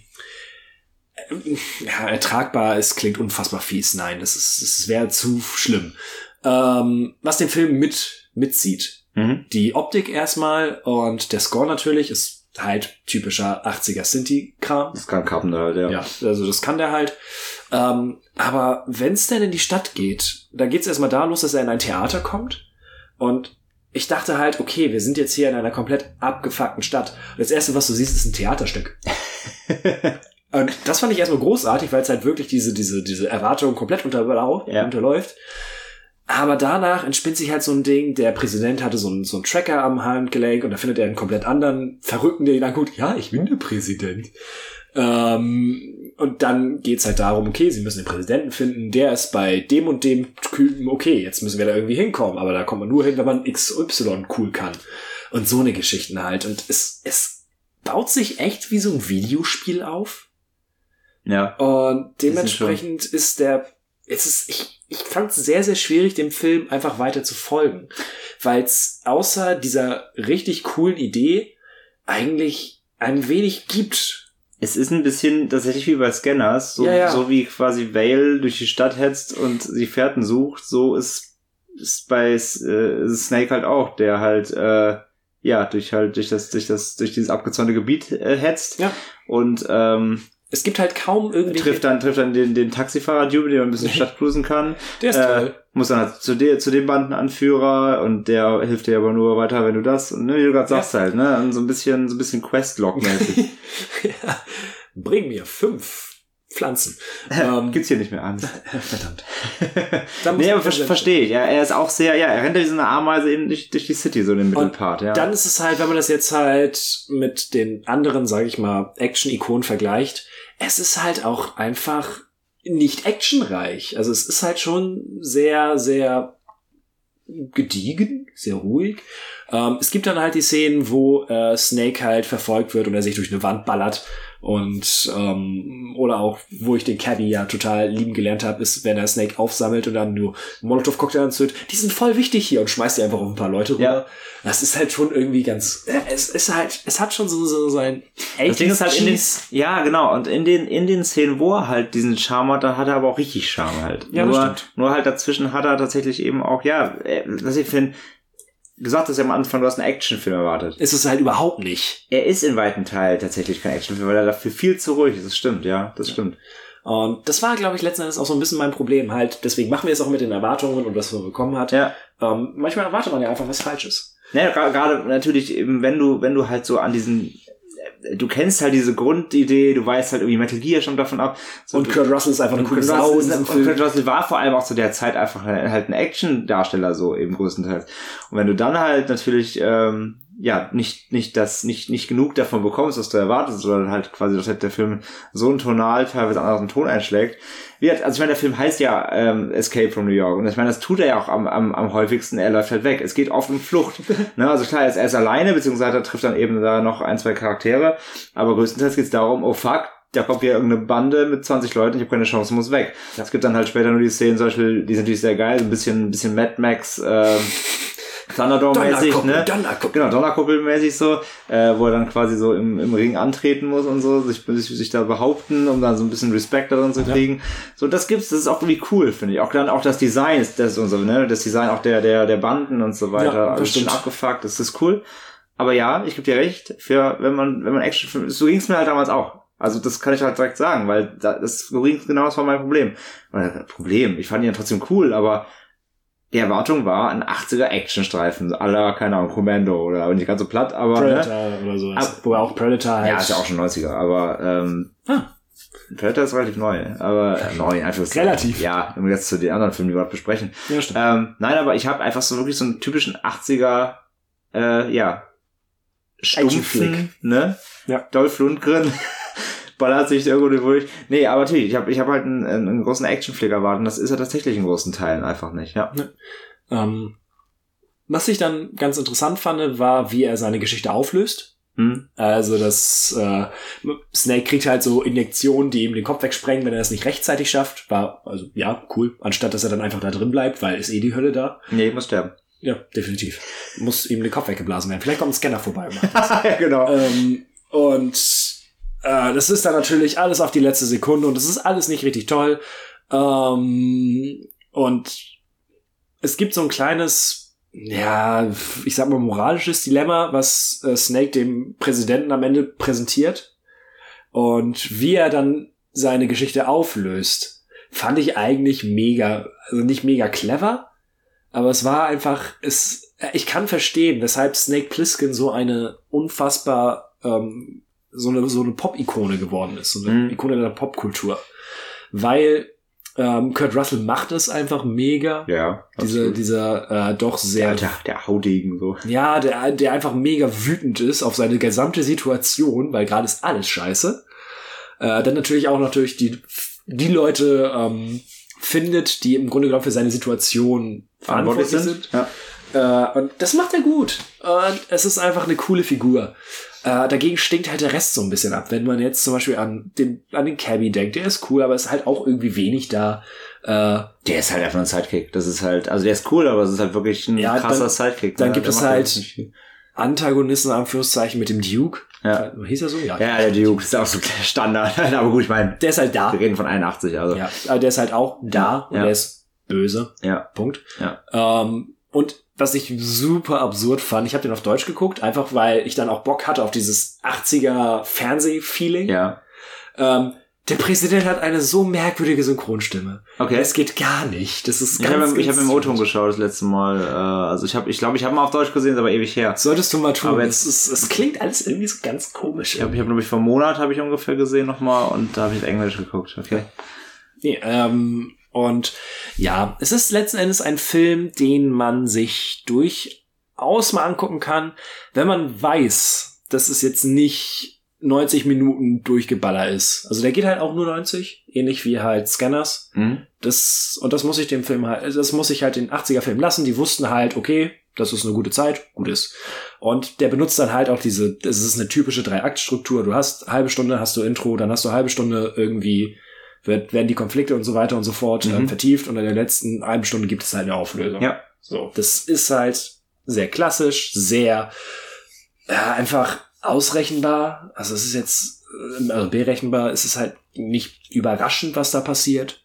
ja, ertragbar ist, klingt unfassbar fies. Nein, das ist das wäre zu schlimm. Ähm, was den Film mit mitzieht. Mhm. Die Optik erstmal und der Score natürlich ist halt typischer achtziger Synthi-Kram. Das kann Carpenter halt, ja. Ja, also das kann der halt. Ähm, aber wenn es denn in die Stadt geht, dann geht's erstmal da los, dass er in ein Theater kommt. Und ich dachte halt, okay, wir sind jetzt hier in einer komplett abgefuckten Stadt. Und das Erste, was du siehst, ist ein Theaterstück. Und das fand ich erstmal großartig, weil es halt wirklich diese diese diese Erwartung komplett unterlau- ja. unterläuft. Aber danach entspinnt sich halt so ein Ding, der Präsident hatte so einen, so einen Tracker am Handgelenk und da findet er einen komplett anderen Verrückten, der ihn anguckt, ja, ich bin der Präsident. Ähm, und dann geht's halt darum, okay, sie müssen den Präsidenten finden, der ist bei dem und dem Typen, okay, jetzt müssen wir da irgendwie hinkommen, aber da kommt man nur hin, wenn man X Y cool kann. Und so eine Geschichten halt. Und es, es baut sich echt wie so ein Videospiel auf. Ja. Und dementsprechend ist, ist der, es ist, ich, ich fand es sehr, sehr schwierig, dem Film einfach weiter zu folgen. Weil es außer dieser richtig coolen Idee eigentlich ein wenig gibt. Es ist ein bisschen tatsächlich wie bei Scanners, so, ja, ja. so wie quasi Vale durch die Stadt hetzt und die Fährten sucht, so ist, ist bei äh, Snake halt auch, der halt äh, ja durch halt durch das durch das durch dieses abgezäunte Gebiet äh, hetzt ja. und ähm, es gibt halt kaum irgendwie trifft dann trifft dann den den Taxifahrer Dude, der ein bisschen Stadt cruisen kann. Der ist äh, toll. Muss dann halt zu der zu dem Bandenanführer und der hilft dir aber nur weiter, wenn du das und ne, wie du gerade sagst ja. halt, ne, und so ein bisschen so ein bisschen Questlog-mäßig. Ja. Bring mir fünf Pflanzen. ähm, Gibt's hier nicht mehr an. Verdammt. Nee, aber ver- verstehe ich. Ja, er ist auch sehr, ja, er rennt wie so eine Ameise eben durch, durch die City, so in den Mittelpart, ja. Dann ist es halt, wenn man das jetzt halt mit den anderen, sage ich mal, Action-Ikonen vergleicht, es ist halt auch einfach nicht actionreich. Also es ist halt schon sehr, sehr gediegen, sehr ruhig. Ähm, es gibt dann halt die Szenen, wo äh, Snake halt verfolgt wird und er sich durch eine Wand ballert. Und ähm, oder auch, wo ich den Caddy ja total lieben gelernt habe, ist, wenn er Snake aufsammelt und dann nur Molotov-Cocktail anzündet. Die sind voll wichtig hier und schmeißt die einfach auf ein paar Leute rüber. Ja. Das ist halt schon irgendwie ganz, äh, es ist halt, es hat schon so, so sein Das Ding ist halt in den, ja, genau. Und in den, in den Szenen, wo er halt diesen Charme hat, da hat er aber auch richtig Charme halt. Ja, nur, das stimmt. Nur halt dazwischen hat er tatsächlich eben auch, ja, was ich finde, du sagtest ja am Anfang, du hast einen Actionfilm erwartet. Ist es halt überhaupt nicht. Er ist in weiten Teil tatsächlich kein Actionfilm, weil er dafür viel zu ruhig ist. Das stimmt, ja, das stimmt. Und das war, glaube ich, letzten Endes auch so ein bisschen mein Problem. Halt, deswegen machen wir es auch mit den Erwartungen und was man bekommen hat. Ja. Ähm, manchmal erwartet man ja einfach was Falsches. Ne, gerade natürlich eben, wenn du, wenn du halt so an diesen, du kennst halt diese Grundidee, du weißt halt irgendwie Metal Gear schon davon ab. So, und Kurt Russell ist einfach eine coole Sau. Und Kurt Russell war vor allem auch zu der Zeit einfach halt ein Action-Darsteller so eben größtenteils. Und wenn du dann halt natürlich, ähm, ja, nicht, nicht das, nicht, nicht genug davon bekommst, was du erwartest, sondern halt quasi, dass halt der Film so einen tonal teilweise anderen Ton einschlägt. Wie hat, also ich meine, der Film heißt ja ähm, Escape from New York und ich meine, das tut er ja auch am, am, am häufigsten, er läuft halt weg. Es geht oft um Flucht. Ne? Also klar, er ist, er ist alleine, beziehungsweise er trifft dann eben da noch ein, zwei Charaktere, aber größtenteils geht es darum, oh fuck, da kommt hier irgendeine Bande mit zwanzig Leuten, ich habe keine Chance, muss weg. Es gibt dann halt später nur die Szenen, zum Beispiel, die sind natürlich sehr geil, so ein bisschen, ein bisschen Mad Max, ähm, Thunderdome-mäßig, ne? Donnerkuppel. Genau, Donnerkuppel-mäßig so, äh, wo er dann quasi so im, im Ring antreten muss und so, sich, sich, sich da behaupten, um dann so ein bisschen Respekt darin zu kriegen. Ja. So, das gibt's, das ist auch irgendwie cool, finde ich. Auch dann auch das Design ist das und so, ne? Das Design auch der, der, der Banden und so weiter. Ja, alles schon abgefuckt, das ist cool. Aber ja, ich gebe dir recht, für, wenn man, wenn man Actionfilm, so ging's mir halt damals auch. Also das kann ich halt direkt sagen, weil das übrigens genau das war mein Problem. Oder Problem, ich fand ihn ja trotzdem cool, aber die Erwartung war ein achtziger Actionstreifen, à la, keine Ahnung, Commando oder nicht ganz so platt, aber Predator ne? oder so. Ab, wo auch Predator halt. Ja, ist ja auch schon neunziger, aber ähm, ah. Predator ist relativ neu, aber äh, neu einfach relativ. Ja, im Gegensatz zu den anderen Filmen, die wir gerade besprechen. Ja, stimmt. Ähm, nein, aber ich habe einfach so wirklich so einen typischen achtziger, äh, ja, stumpfen, ne? Ja. Dolph Lundgren. Ballert sich irgendwo durch. Nee, aber natürlich, ich habe ich hab halt einen, einen großen Actionflick erwartet und das ist ja tatsächlich in großen Teilen einfach nicht, ja. Ne. Ähm, was ich dann ganz interessant fand, war, wie er seine Geschichte auflöst. Hm. Also, das äh, Snake kriegt halt so Injektionen, die ihm den Kopf wegsprengen, wenn er es nicht rechtzeitig schafft. War, also, ja, cool. Anstatt, dass er dann einfach da drin bleibt, weil ist eh die Hölle da. Nee, muss sterben. Ja, definitiv. Muss ihm den Kopf weggeblasen werden. Vielleicht kommt ein Scanner vorbei und macht das. Ja, genau. Ähm, und Äh, das ist dann natürlich alles auf die letzte Sekunde und das ist alles nicht richtig toll. Ähm, und es gibt so ein kleines, ja, ich sag mal moralisches Dilemma, was äh, Snake dem Präsidenten am Ende präsentiert. Und wie er dann seine Geschichte auflöst, fand ich eigentlich mega, also nicht mega clever, aber es war einfach, es, ich kann verstehen, weshalb Snake Plissken so eine unfassbar ähm, so eine so eine Pop-Ikone geworden ist, so eine mhm. Ikone der Popkultur. Weil ähm, Kurt Russell macht es einfach mega. Ja. Diese, dieser äh, doch sehr... Der, der Haudegen so. Ja, der, der einfach mega wütend ist auf seine gesamte Situation, weil gerade ist alles scheiße. Äh, dann natürlich auch natürlich die, die Leute ähm, findet, die im Grunde genommen für seine Situation verantwortlich sind. sind. Ja. Äh, und das macht er gut. Und es ist einfach eine coole Figur. Äh, dagegen stinkt halt der Rest so ein bisschen ab. Wenn man jetzt zum Beispiel an den, an den Cabby denkt, der ist cool, aber ist halt auch irgendwie wenig da. Äh, der ist halt einfach ein Sidekick. Das ist halt, also der ist cool, aber es ist halt wirklich ein ja, krasser dann, Sidekick. Dann ne? gibt der es halt Antagonisten, Anführungszeichen, mit dem Duke. Ja. Hieß er so? Ja, ja, der Duke ist auch so Standard. Aber gut, ich meine, der ist halt da. Wir reden von einundachtzig, also. Ja, aber der ist halt auch da und ja. der ist böse. Ja. Punkt. Ja. Ähm, und was ich super absurd fand, ich habe den auf Deutsch geguckt, einfach weil ich dann auch Bock hatte auf dieses achtziger Fernseh-Feeling. Ja. Ähm, der Präsident hat eine so merkwürdige Synchronstimme. Okay. Das geht gar nicht. Das ist ich ganz, habe ich habe im O-Ton geschaut das letzte Mal. Äh, also ich habe, ich glaube, ich habe mal auf Deutsch gesehen, ist aber ewig her. Solltest du mal tun. Aber jetzt, es, ist, es klingt alles irgendwie so ganz komisch. Ich habe, ich habe glaube ich vor einem Monat habe ich ungefähr gesehen nochmal und da habe ich Englisch geguckt. Okay. Nee, ähm, und ja, es ist letzten Endes ein Film, den man sich durchaus mal angucken kann, wenn man weiß, dass es jetzt nicht neunzig Minuten durchgeballer ist. Also der geht halt auch nur neunzig, ähnlich wie halt Scanners. Mhm. Das, und das muss ich dem Film halt, das muss ich halt den achtziger-Film lassen. Die wussten halt, okay, das ist eine gute Zeit, gut ist. Und der benutzt dann halt auch diese, das ist eine typische Drei-Akt-Struktur. Du hast halbe Stunde, hast du Intro, dann hast du halbe Stunde irgendwie wird, werden die Konflikte und so weiter und so fort mhm. äh, vertieft und in der letzten halben Stunde gibt es halt eine Auflösung. Ja. So, das ist halt sehr klassisch, sehr äh, einfach ausrechenbar. Also es ist jetzt also berechenbar, es ist halt nicht überraschend, was da passiert.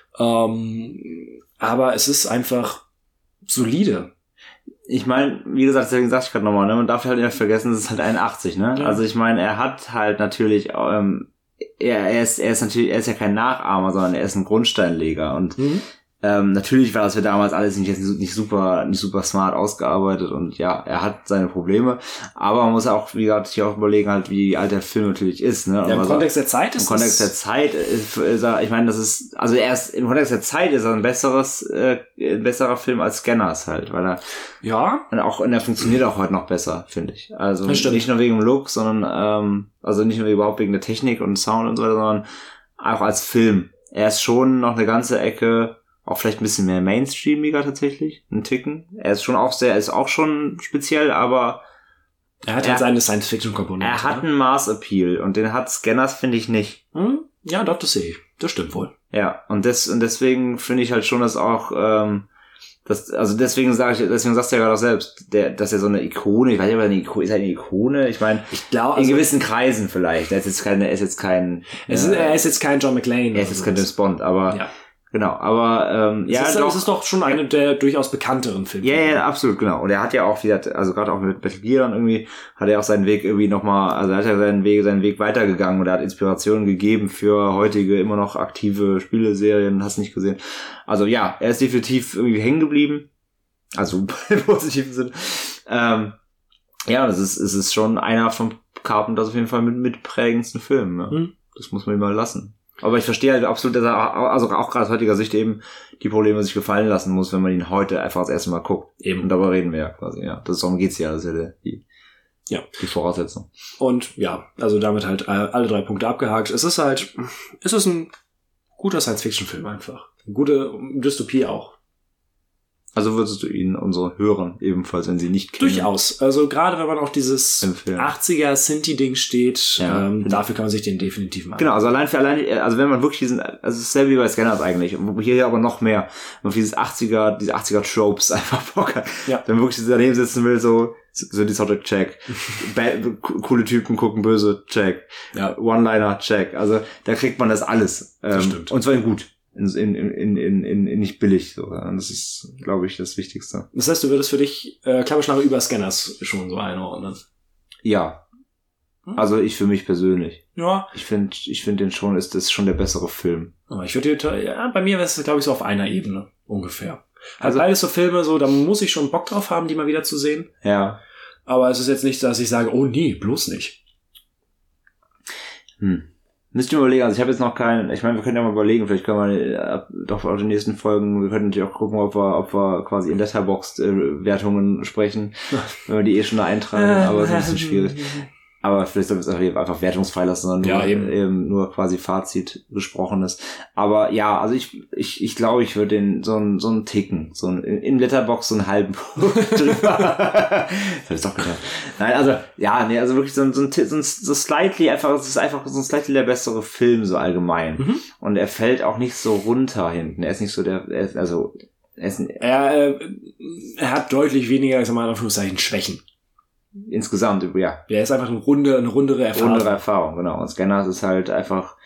Ähm, aber es ist einfach solide. Ich meine, wie gesagt, deswegen sag ich gerade nochmal, ne, man darf halt nicht vergessen, es ist halt einundachtzig, ne? Ja. Also ich meine, er hat halt natürlich ähm, Er, er ist, er ist natürlich, er ist ja kein Nachahmer, sondern er ist ein Grundsteinleger und mhm. Ähm, natürlich war das für damals alles nicht, nicht super, nicht super smart ausgearbeitet und ja, er hat seine Probleme, aber man muss auch, wie gesagt, sich auch überlegen halt, wie alt der Film natürlich ist, ne? Ja, im Kontext der Zeit ist Im Kontext der Zeit ist, ist er, ich meine, das ist, also erst im Kontext der Zeit ist er ein besseres, äh, ein besserer Film als Scanners halt, weil er, ja, und auch, und er funktioniert auch heute noch besser, finde ich. Also nicht nur wegen dem Look, sondern, ähm, also nicht nur überhaupt wegen der Technik und Sound und so weiter, sondern auch als Film. Er ist schon noch eine ganze Ecke, auch vielleicht ein bisschen mehr mainstreamiger tatsächlich, ein Ticken. Er ist schon auch sehr, er ist auch schon speziell, aber er hat halt seine Science-Fiction-Komponente. Er hat einen Mass-Appeal und den hat Scanners, finde ich, nicht. Hm? Ja, doch, das sehe ich. Das stimmt wohl. Ja, und des, und deswegen finde ich halt schon, dass auch, ähm, das, also deswegen sage ich, deswegen sagst du ja gerade auch selbst, der, dass er so eine Ikone, ich weiß nicht, ob er eine Ikone, ist er eine Ikone? Ich meine, ich glaube, in also, gewissen Kreisen vielleicht. Er ist jetzt kein, er ist jetzt kein, es ist, äh, er ist jetzt kein John McClane. Er ist jetzt kein James Bond, aber, ja. Genau, aber ähm, ja, ist, doch, es ist doch schon eine der durchaus bekannteren Filme. Ja, ja, absolut, genau. Und er hat ja auch wieder, also gerade auch mit Metal Gear dann irgendwie, hat er auch seinen Weg irgendwie nochmal, also er hat ja seinen Weg, seinen Weg weitergegangen und er hat Inspirationen gegeben für heutige, immer noch aktive Spieleserien, hast nicht gesehen. Also ja, er ist definitiv irgendwie hängen geblieben. Also im positiven Sinn. Ähm, ja, das ist, es ist schon einer von Carpenters auf jeden Fall mit, mit prägendsten Filmen. Ne? Hm. Das muss man ihm mal lassen. Aber ich verstehe halt absolut, dass er, also auch gerade aus heutiger Sicht eben die Probleme sich gefallen lassen muss, wenn man ihn heute einfach das erste Mal guckt. Eben. Und darüber reden wir ja quasi, ja. Das, darum geht's ja, das ist ja die, ja. die Voraussetzung. Und ja, also damit halt alle drei Punkte abgehakt. Es ist halt, es ist ein guter Science-Fiction-Film einfach. Eine gute Dystopie auch. Also würdest du ihn unsere Hörern ebenfalls, wenn sie nicht kennen? Durchaus. Also gerade wenn man auf dieses empfehlen. achtziger Synthie-Ding steht, ja, ähm, dafür kann man sich den definitiv machen. Genau, also allein für allein, also wenn man wirklich diesen, also es ist selber wie bei Scanners eigentlich, hier aber noch mehr, wenn man auf dieses achtziger, diese achtziger Tropes einfach Bock hat, ja. Wenn man wirklich daneben sitzen will, so, so die Soundtrack check, coole Typen gucken böse, check, ja. One-Liner, check, also da kriegt man das alles. Ähm, das stimmt. Und zwar in gut. In, in, in, in, in, in nicht billig, so. Das ist, glaube ich, das Wichtigste. Das heißt, du würdest für dich äh, Klapperschlange über Scanners schon so einordnen? Ja. Hm? Also ich für mich persönlich. Ja. Ich finde, ich finde den schon, ist das schon der bessere Film. Aber ich würde, ja, bei mir wäre es, glaube ich, so auf einer Ebene ungefähr. Also beides so Filme, so, da muss ich schon Bock drauf haben, die mal wieder zu sehen. Ja. Aber es ist jetzt nicht, dass ich sage, oh nee, bloß nicht. Hm. Müsst ihr mal überlegen, also ich habe jetzt noch keinen, ich meine, wir können ja mal überlegen, vielleicht können wir äh, doch auf den nächsten Folgen, wir können natürlich auch gucken, ob wir, ob wir quasi in Letterboxd-Wertungen äh, sprechen, wenn wir die eh schon da eintragen, aber es ist ein bisschen schwierig. Aber vielleicht soll es einfach wertungsfrei lassen, sondern nur, ja, eben. Eben nur quasi Fazit besprochenes. Aber ja, also ich ich ich glaube, ich würde den so ein so ein Ticken, so ein in Letterboxd so einen halben Punkt drüber. Das hab ich doch gedacht. Nein, also ja, nee, also wirklich so ein so ein so, ein, so slightly einfach, es ist einfach so ein slightly der bessere Film so allgemein. Mhm. Und er fällt auch nicht so runter hinten. Er ist nicht so der, er ist, also er ist ein, er, äh, er hat deutlich weniger, ich sag mal in Anführungszeichen, Schwächen. Insgesamt, ja. Ja, ist einfach eine runde, eine rundere Erfahrung. Rundere Erfahrung, genau. Und Scanners ist halt einfach,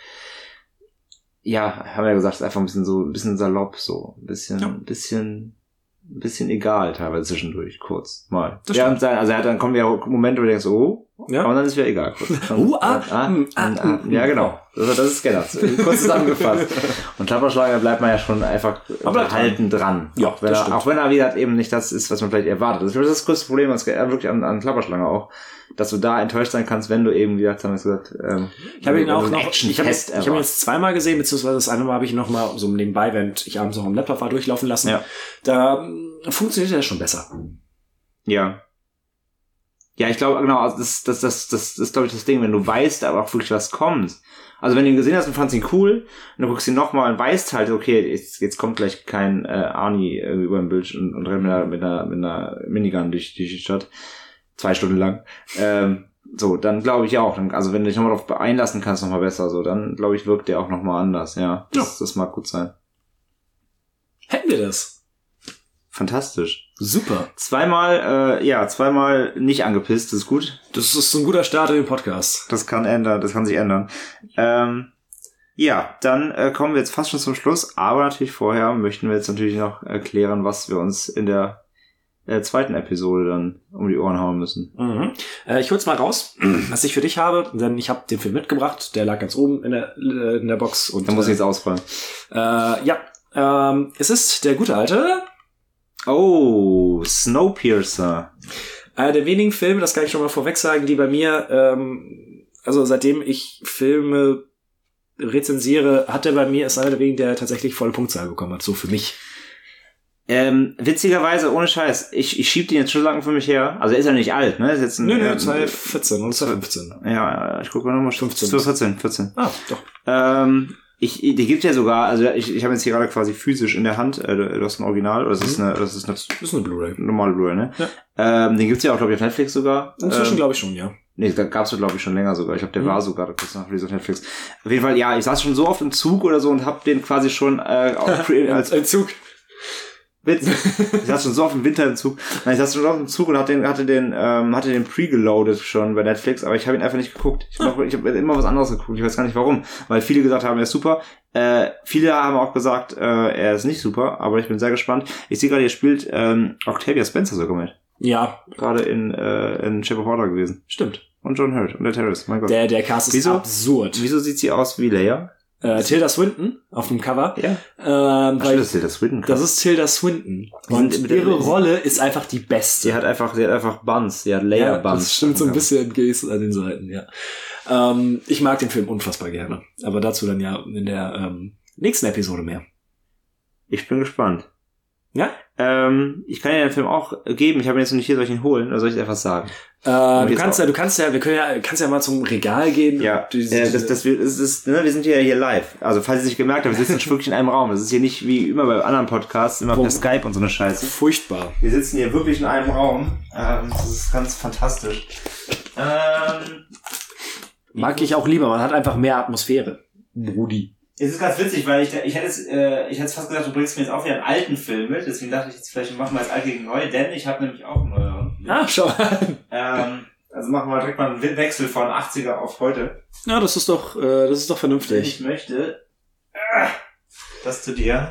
ja, haben wir ja gesagt, ist einfach ein bisschen so, ein bisschen salopp, so. Ein bisschen, ja. ein bisschen, ein bisschen egal teilweise zwischendurch, kurz, mal. Das ja, und sein, also er hat dann kommen ja Momente, wo du denkst, oh, ja. Aber dann ist wieder egal. Kurz. Dann, uh, ah, ah, ah, ah, ah, ja, genau. Das, das ist Scanners. Kurz zusammengefasst. Und Klapperschlager bleibt man ja schon einfach unterhalten dran. Ja, auch wenn er, auch wenn er wieder eben nicht das ist, was man vielleicht erwartet. Das ist das größte Problem an, wirklich an, an Klapperschlange auch, dass du da enttäuscht sein kannst, wenn du eben, wie gesagt, haben wir gesagt, ähm, ich habe ihn auch noch, ich habe ich hab ihn jetzt zweimal gesehen, beziehungsweise das eine Mal habe ich ihn noch mal so nebenbei, während ich abends noch am Laptop war, durchlaufen lassen. Ja. Da funktioniert er schon besser. Ja. Ja, ich glaube, genau, also das, das, das, das, das ist, glaube ich, das Ding, wenn du weißt, aber auch wirklich was kommt. Also wenn du ihn gesehen hast und fandst ihn cool, und du guckst ihn nochmal und weißt halt, okay, jetzt, jetzt kommt gleich kein äh, Arnie äh, über den Bildschirm und, und rennt mit einer, mit einer, mit einer Minigun durch, durch die Stadt. Zwei Stunden lang. Ähm, so, dann glaube ich auch. Dann, also wenn du dich nochmal darauf einlassen kannst, nochmal besser, so, dann glaube ich, wirkt der auch nochmal anders, ja. Das, ja. Das mag gut sein. Hätten wir das? Fantastisch. Super. Zweimal, äh, ja, zweimal nicht angepisst, das ist gut. Das ist ein guter Start in den Podcast. Das kann ändern, das kann sich ändern. Ähm, ja, dann äh, kommen wir jetzt fast schon zum Schluss, aber natürlich vorher möchten wir jetzt natürlich noch erklären, was wir uns in der äh, zweiten Episode dann um die Ohren hauen müssen. Mhm. Äh, ich hol's mal raus, was ich für dich habe, denn ich habe den Film mitgebracht, der lag ganz oben in der, in der Box. Und dann muss ich jetzt ausrollen. Äh, ja. Ähm, es ist der gute alte... Oh, Snowpiercer. Einer der wenigen Filme, das kann ich schon mal vorweg sagen, die bei mir, ähm, also seitdem ich Filme rezensiere, hat er bei mir, ist einer der wenigen, der tatsächlich volle Punktzahl bekommen hat, so für mich. Ähm, witzigerweise, ohne Scheiß, ich, ich schieb den jetzt schon lange für mich her. Also er ist ja nicht alt, ne? Ist jetzt ein, nö, nö, äh, zwanzig vierzehn und zwanzig fünfzehn. Ja, ich gucke mal nochmal. fünfzehn. zwanzig vierzehn, vierzehn. Ah, doch. Ähm, ich, die gibt's ja sogar, also ich, ich habe jetzt hier gerade quasi physisch in der Hand, äh, das ist ein Original, oder das ist eine, das ist eine, das ist eine Blu-ray. Normale Blu-ray, ne? Ja. Ähm, den gibt's ja auch, glaube ich, auf Netflix sogar. Inzwischen ähm, glaube ich schon, ja. Nee, da gab's glaube ich schon länger sogar. Ich glaube, der mhm. war sogar kurz nach Release auf Netflix. Auf jeden Fall, ja, ich saß schon so oft im Zug oder so und hab den quasi schon äh, auch als ein Zug. Witz. Ich saß schon so oft im Winter im Zug. Nein, ich saß schon so oft im Zug und hatte den, hatte den, ähm, hatte den pre-geloadet schon bei Netflix, aber ich habe ihn einfach nicht geguckt. Ich habe hab immer was anderes geguckt. Ich weiß gar nicht warum. Weil viele gesagt haben, er ist super. Äh, viele haben auch gesagt, äh, er ist nicht super, aber ich bin sehr gespannt. Ich sehe gerade, hier spielt ähm, Octavia Spencer sogar mit. Ja. Gerade in, äh, in Shape of Water gewesen. Stimmt. Und John Hurt und der Terrace. Mein Gott. Der, der Cast ist wieso, absurd. Wieso sieht sie aus wie Leia? Äh, Tilda Swinton auf dem Cover. Ja. Ähm, Ach, weil das ist Tilda Swinton. Das ist Tilda Swinton. Und mit ihre der, Rolle ist einfach die beste. Sie hat einfach, sie hat einfach Buns. Sie hat Leia Buns. Ja, das stimmt so ein bisschen Gaze an den Seiten, ja. Ähm, ich mag den Film unfassbar gerne. Aber dazu dann ja in der ähm, nächsten Episode mehr. Ich bin gespannt. Ja? Ähm, ich kann ja den Film auch geben. Ich habe ihn jetzt noch nicht hier, soll ich ihn holen? Oder soll ich es einfach sagen? Äh, du kannst ja, du kannst ja, wir können ja, kannst ja mal zum Regal gehen. Ja, diese, äh, das, das, das ist, ne, wir sind ja hier live. Also, falls ihr es nicht gemerkt habt, wir sitzen wirklich in einem Raum. Das ist hier nicht wie immer bei anderen Podcasts, immer per Skype und so eine Scheiße. Furchtbar. Wir sitzen hier wirklich in einem Raum. Ähm, das ist ganz fantastisch. Ähm, Mag ich auch lieber, man hat einfach mehr Atmosphäre. Brudi. Es ist ganz witzig, weil ich da, ich hätte es, äh, ich hätte fast gesagt, du bringst mir jetzt auch wieder einen alten Film mit, deswegen dachte ich jetzt vielleicht machen wir jetzt alt gegen neu, denn ich habe nämlich auch einen neueren Film. Ah, schau an. Ähm, also machen wir direkt mal einen Wechsel von achtziger auf heute. Ja, das ist doch, äh, das ist doch vernünftig. Ich möchte, äh, das zu dir.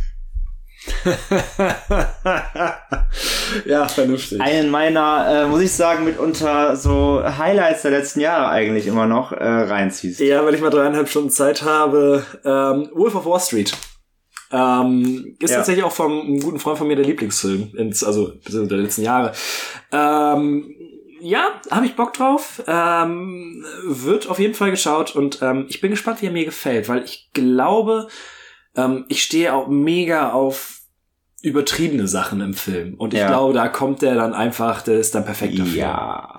Ja, vernünftig. Einen meiner, äh, muss ich sagen, mitunter so Highlights der letzten Jahre eigentlich immer noch äh, reinziehst. Ja, weil ich mal dreieinhalb Stunden Zeit habe. Ähm, Wolf of Wall Street. Ähm, ist ja. tatsächlich auch vom einem guten Freund von mir der Lieblingsfilm, ins, also der letzten Jahre. Ähm, ja, habe ich Bock drauf. Ähm, wird auf jeden Fall geschaut und ähm, ich bin gespannt, wie er mir gefällt, weil ich glaube, ähm, ich stehe auch mega auf übertriebene Sachen im Film. Und ich ja. glaube, da kommt der dann einfach, der ist dann perfekt dafür. Ja.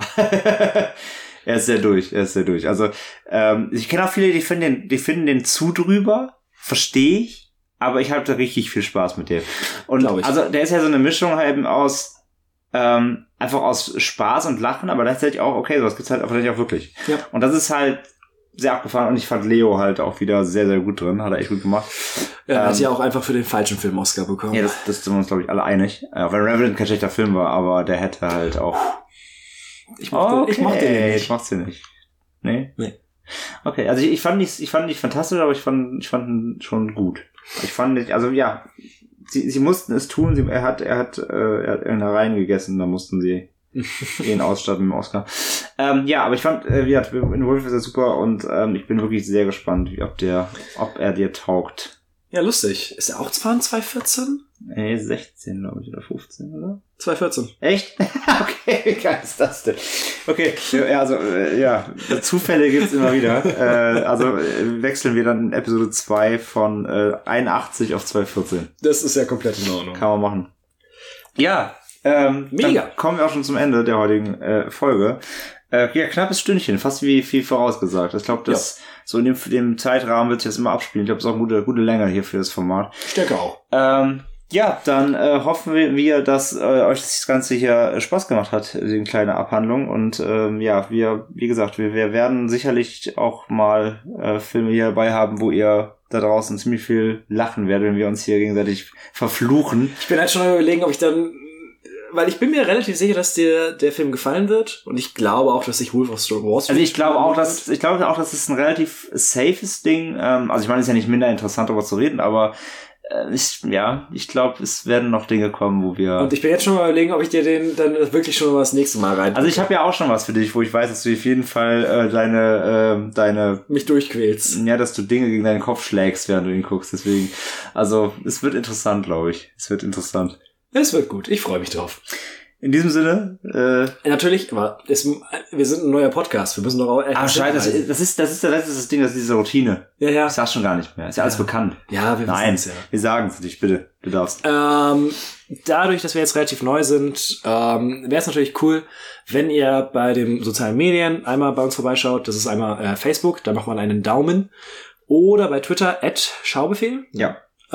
Er ist sehr durch, er ist sehr durch. Also, ähm, ich kenne auch viele, die finden den, die finden den zu drüber. Verstehe ich. Aber ich habe da richtig viel Spaß mit dem. Und also, der ist ja so eine Mischung halt aus, ähm, einfach aus Spaß und Lachen, aber gleichzeitig auch, okay, sowas gibt's halt vielleicht auch wirklich. Ja. Und das ist halt sehr abgefahren und ich fand Leo halt auch wieder sehr, sehr gut drin. Hat er echt gut gemacht. Ja, er ähm, hat ja auch einfach für den falschen Film Oscar bekommen. Ja, das, das sind wir uns, glaube ich, alle einig. Auch wenn Revenant kein schlechter Film war, aber der hätte halt auch... Ich mochte, okay. ich mochte den nicht. Ich mochte den nicht. Nee? Nee. Okay, also ich, ich fand nicht, ich fand nicht fantastisch, aber ich fand, ich fand ihn schon gut. Ich fand nicht, also ja, sie, sie mussten es tun. Sie, er hat, er hat, äh, er hat in der Reihen gegessen, da mussten sie ihn ausstatten mit dem Oscar. Ähm, ja, aber ich fand, äh, ja, in Wolf ist er super und ähm, ich bin wirklich sehr gespannt, wie, ob der, ob er dir taugt. Ja, lustig. Ist er auch zwar in zwanzig vierzehn? Nee, sechzehn, glaube ich, oder fünfzehn, oder? zwanzig vierzehn. Echt? Okay, wie geil ist das denn? Okay, ja, also, äh, ja, Zufälle gibt's immer wieder. äh, also äh, wechseln wir dann in Episode zwei von äh, einundachtzig auf zwanzig vierzehn. Das ist ja komplett in Ordnung. Kann man machen. Ja, ähm, mega. Dann kommen wir auch schon zum Ende der heutigen äh, Folge. Äh, ja, knappes Stündchen, fast wie viel vorausgesagt. Ich glaube, das ja. so in dem, dem Zeitrahmen wird sich das immer abspielen. Ich glaube, das ist auch eine gute, gute Länge hier für das Format. Ich denke auch. Ähm, ja, dann äh, hoffen wir, dass äh, euch das Ganze hier Spaß gemacht hat, die kleine Abhandlung. Und ähm, ja, wir, wie gesagt, wir, wir werden sicherlich auch mal äh, Filme hier dabei haben, wo ihr da draußen ziemlich viel lachen werdet, wenn wir uns hier gegenseitig verfluchen. Ich bin halt schon mal überlegen, ob ich dann... Weil ich bin mir relativ sicher, dass dir der Film gefallen wird. Und ich glaube auch, dass sich Wolf of Wall Street... Also ich glaube auch, dass ich glaube auch, dass es ein relativ safes Ding... Ähm, also ich meine, es ist ja nicht minder interessant, darüber zu reden, aber Ich, ja, ich glaube, es werden noch Dinge kommen, wo wir... Und ich bin jetzt schon mal überlegen, ob ich dir den dann wirklich schon mal das nächste Mal rein. Also ich habe ja auch schon was für dich, wo ich weiß, dass du auf jeden Fall äh, deine... Äh, deine mich durchquälst. Ja, dass du Dinge gegen deinen Kopf schlägst, während du ihn guckst. Deswegen, also es wird interessant, glaube ich. Es wird interessant. Es wird gut. Ich freue mich drauf. In diesem Sinne, äh, natürlich, aber es, wir sind ein neuer Podcast. Wir müssen doch auch. Ah, scheiße, das, das ist das ist das ist das Ding, das ist diese Routine. Ja, ja. Ich sag's schon gar nicht mehr. Ist ja, ja. alles bekannt. Ja, wir Nein, wissen's ja. Wir sagen es nicht, bitte. Du darfst. Ähm, dadurch, dass wir jetzt relativ neu sind, ähm, wäre es natürlich cool, wenn ihr bei den sozialen Medien einmal bei uns vorbeischaut. Das ist einmal äh, Facebook, da macht man einen Daumen. Oder bei Twitter at Schaubefehl. Ja.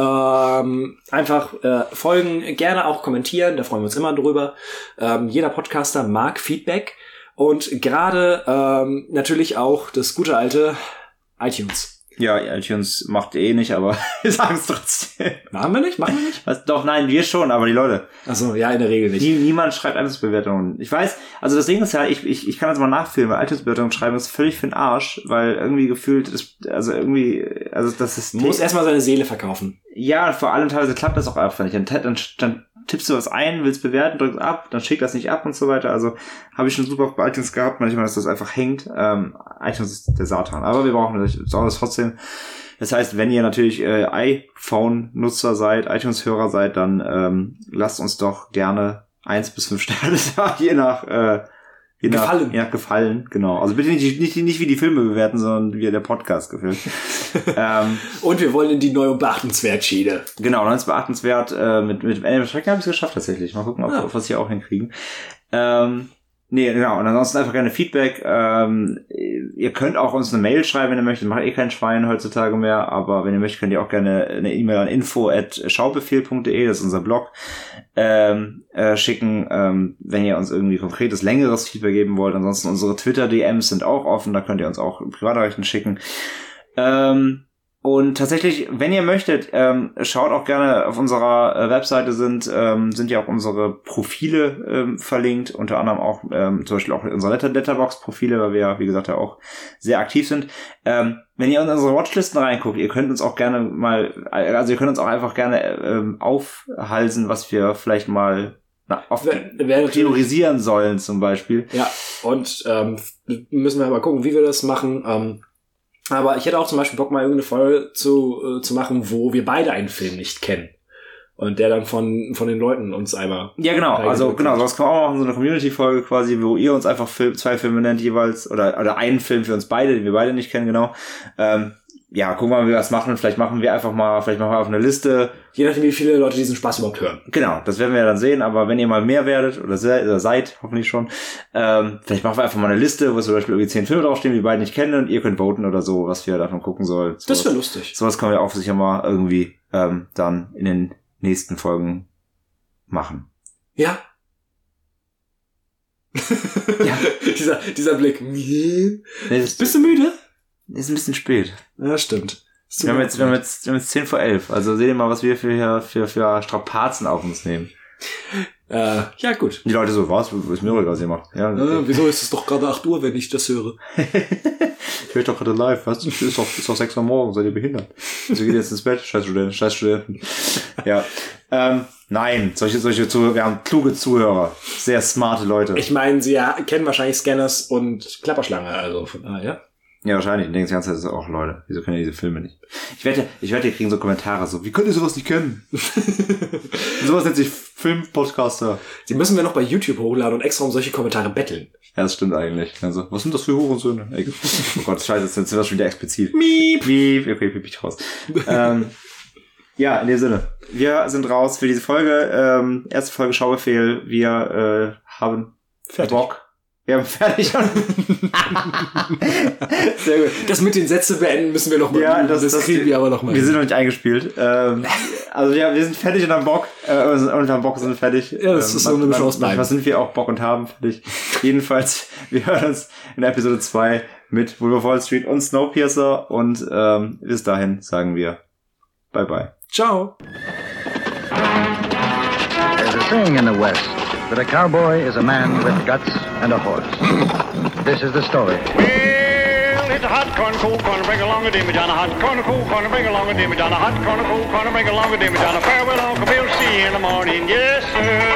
Ähm, einfach äh, folgen, gerne auch kommentieren, da freuen wir uns immer drüber. Ähm, jeder Podcaster mag Feedback und gerade ähm, natürlich auch das gute alte iTunes. Ja, iTunes macht eh nicht, aber wir sagen es trotzdem. Machen wir nicht? Machen wir nicht? Was, doch, nein, wir schon, aber die Leute. Ach so, ja, in der Regel nicht. Nie, niemand schreibt iTunes-Bewertungen. Ich weiß, also das Ding ist ja, ich, ich, ich kann das mal nachfilmen, weil iTunes-Bewertungen schreiben ist völlig für den Arsch, weil irgendwie gefühlt ist, also irgendwie, also das ist... Man muss erstmal seine Seele verkaufen. Ja, vor allem teilweise klappt das auch einfach nicht. Dann, dann, dann tippst du was ein, willst bewerten, drückst ab, dann schickt das nicht ab und so weiter. Also habe ich schon super bei iTunes gehabt, manchmal, dass das einfach hängt. Ähm, iTunes ist der Satan. Aber wir brauchen das, das trotzdem. Das heißt, wenn ihr natürlich äh, iPhone-Nutzer seid, iTunes-Hörer seid, dann ähm, lasst uns doch gerne eins bis fünf Sterne da, je nach... Äh, Je nach, gefallen. Je nach gefallen, genau. Also bitte nicht, nicht, nicht wie die Filme bewerten, sondern wie der Podcast gefällt. ähm, Und wir wollen in die neue Beachtenswert-Schiene. Genau, neun ist beachtenswert. Äh, mit mit Animal Schrecken habe ich es geschafft tatsächlich. Mal gucken, ob, ah. ob wir es hier auch hinkriegen. Ähm, nee, genau. Und ansonsten einfach gerne Feedback. Ähm, ihr könnt auch uns eine Mail schreiben, wenn ihr möchtet. Macht eh kein Schwein heutzutage mehr. Aber wenn ihr möchtet, könnt ihr auch gerne eine E-Mail an info at schaubefehl punkt de, das ist unser Blog, ähm, äh, schicken, ähm, wenn ihr uns irgendwie konkretes, längeres Feedback geben wollt. Ansonsten unsere Twitter-D Ms sind auch offen. Da könnt ihr uns auch Privatnachrichten schicken. Ähm, Und tatsächlich, wenn ihr möchtet, ähm, schaut auch gerne auf unserer äh, Webseite sind ähm, sind ja auch unsere Profile ähm, verlinkt, unter anderem auch ähm, zum Beispiel auch unsere Letter Letterboxd-Profile, weil wir ja, wie gesagt, ja auch sehr aktiv sind. Ähm, wenn ihr in unsere Watchlisten reinguckt, ihr könnt uns auch gerne mal, also ihr könnt uns auch einfach gerne ähm, aufhalsen, was wir vielleicht mal na, auf priorisieren sollen zum Beispiel. Ja, und ähm, müssen wir mal gucken, wie wir das machen. Ähm, Aber ich hätte auch zum Beispiel Bock, mal irgendeine Folge zu, äh, zu machen, wo wir beide einen Film nicht kennen. Und der dann von von den Leuten uns einmal... Ja, genau. Also, genau. Das kann man auch machen, so eine Community-Folge quasi, wo ihr uns einfach Film, zwei Filme nennt jeweils. Oder oder einen Film für uns beide, den wir beide nicht kennen, genau. Ähm, ja, gucken wir mal, wie wir das machen. Vielleicht machen wir einfach mal, vielleicht machen wir auf eine Liste. Je nachdem, wie viele Leute diesen Spaß überhaupt hören. Genau, das werden wir ja dann sehen. Aber wenn ihr mal mehr werdet, oder, se- oder seid, hoffentlich schon, ähm, vielleicht machen wir einfach mal eine Liste, wo zum Beispiel irgendwie zehn Filme draufstehen, die wir beide nicht kennen, und ihr könnt voten oder so, was wir davon gucken sollen. So das wäre lustig. Sowas können wir auch sicher mal irgendwie ähm, dann in den nächsten Folgen machen. Ja. ja. dieser, dieser Blick. Nee, Bist du müde? Ist ein bisschen spät. Ja, stimmt. Wir haben, jetzt, wir, haben jetzt, wir haben jetzt zehn vor elf. Also seht ihr mal, was wir für, für, für Strapazen auf uns nehmen. Äh, ja, gut. Die Leute so, was? Ist mir egal, was ihr macht. Ja, okay. äh, wieso ist es doch gerade acht Uhr, wenn ich das höre? Ich höre doch gerade live. Was? Es ist doch, ist doch sechs Uhr morgens. Seid ihr behindert? Also geht jetzt ins Bett. Scheiß Studenten. Scheiß Studenten. Ja. Ähm, nein. Solche, solche Zuhörer. Wir haben kluge Zuhörer. Sehr smarte Leute. Ich meine, sie ja, kennen wahrscheinlich Scanners und Klapperschlange. Also von daher. Ja, wahrscheinlich. Ich denke die ganze Zeit, das ist auch Leute. Wieso kennen die diese Filme nicht? Ich wette, ich wette, die kriegen so Kommentare so, wie könnt ihr sowas nicht kennen? Sowas nennt sich Filmpodcaster. Die müssen wir noch bei YouTube hochladen und extra um solche Kommentare betteln. Ja, das stimmt eigentlich. Also, was sind das für Hurensöhne? Oh Gott, scheiße, jetzt sind wir schon wieder explizit. Miep. Miep. Okay, piep ich raus. ähm, ja, in dem Sinne. Wir sind raus für diese Folge. Ähm, erste Folge Schaubefehl. Wir äh, haben Fertig. Bock. Wir haben fertig. Sehr gut. Das mit den Sätzen beenden müssen wir noch mal. Ja, das, das, das kriegen wir aber noch mal. Wir sind noch nicht eingespielt. Ähm, also ja, wir sind fertig und am Bock. Äh, und am Bock sind wir fertig. Ja, das ähm, ist so eine Mischung aus beiden. Was sind wir auch Bock und haben fertig. Jedenfalls, wir hören uns in Episode zwei mit Wolf of Wall Street und Snowpiercer. Und ähm, bis dahin sagen wir bye bye. Ciao. There's a saying in the West that a cowboy is a man with guts and a horse. This is the story. Well, Well, it's a hot corner, cool corner, bring along a dimmy down, a hot corner, cool corner, bring along a dimmy down, a hot corner, cool corner, bring along a dimmy down. Farewell, Uncle Bill, see you in the morning. Yes, sir.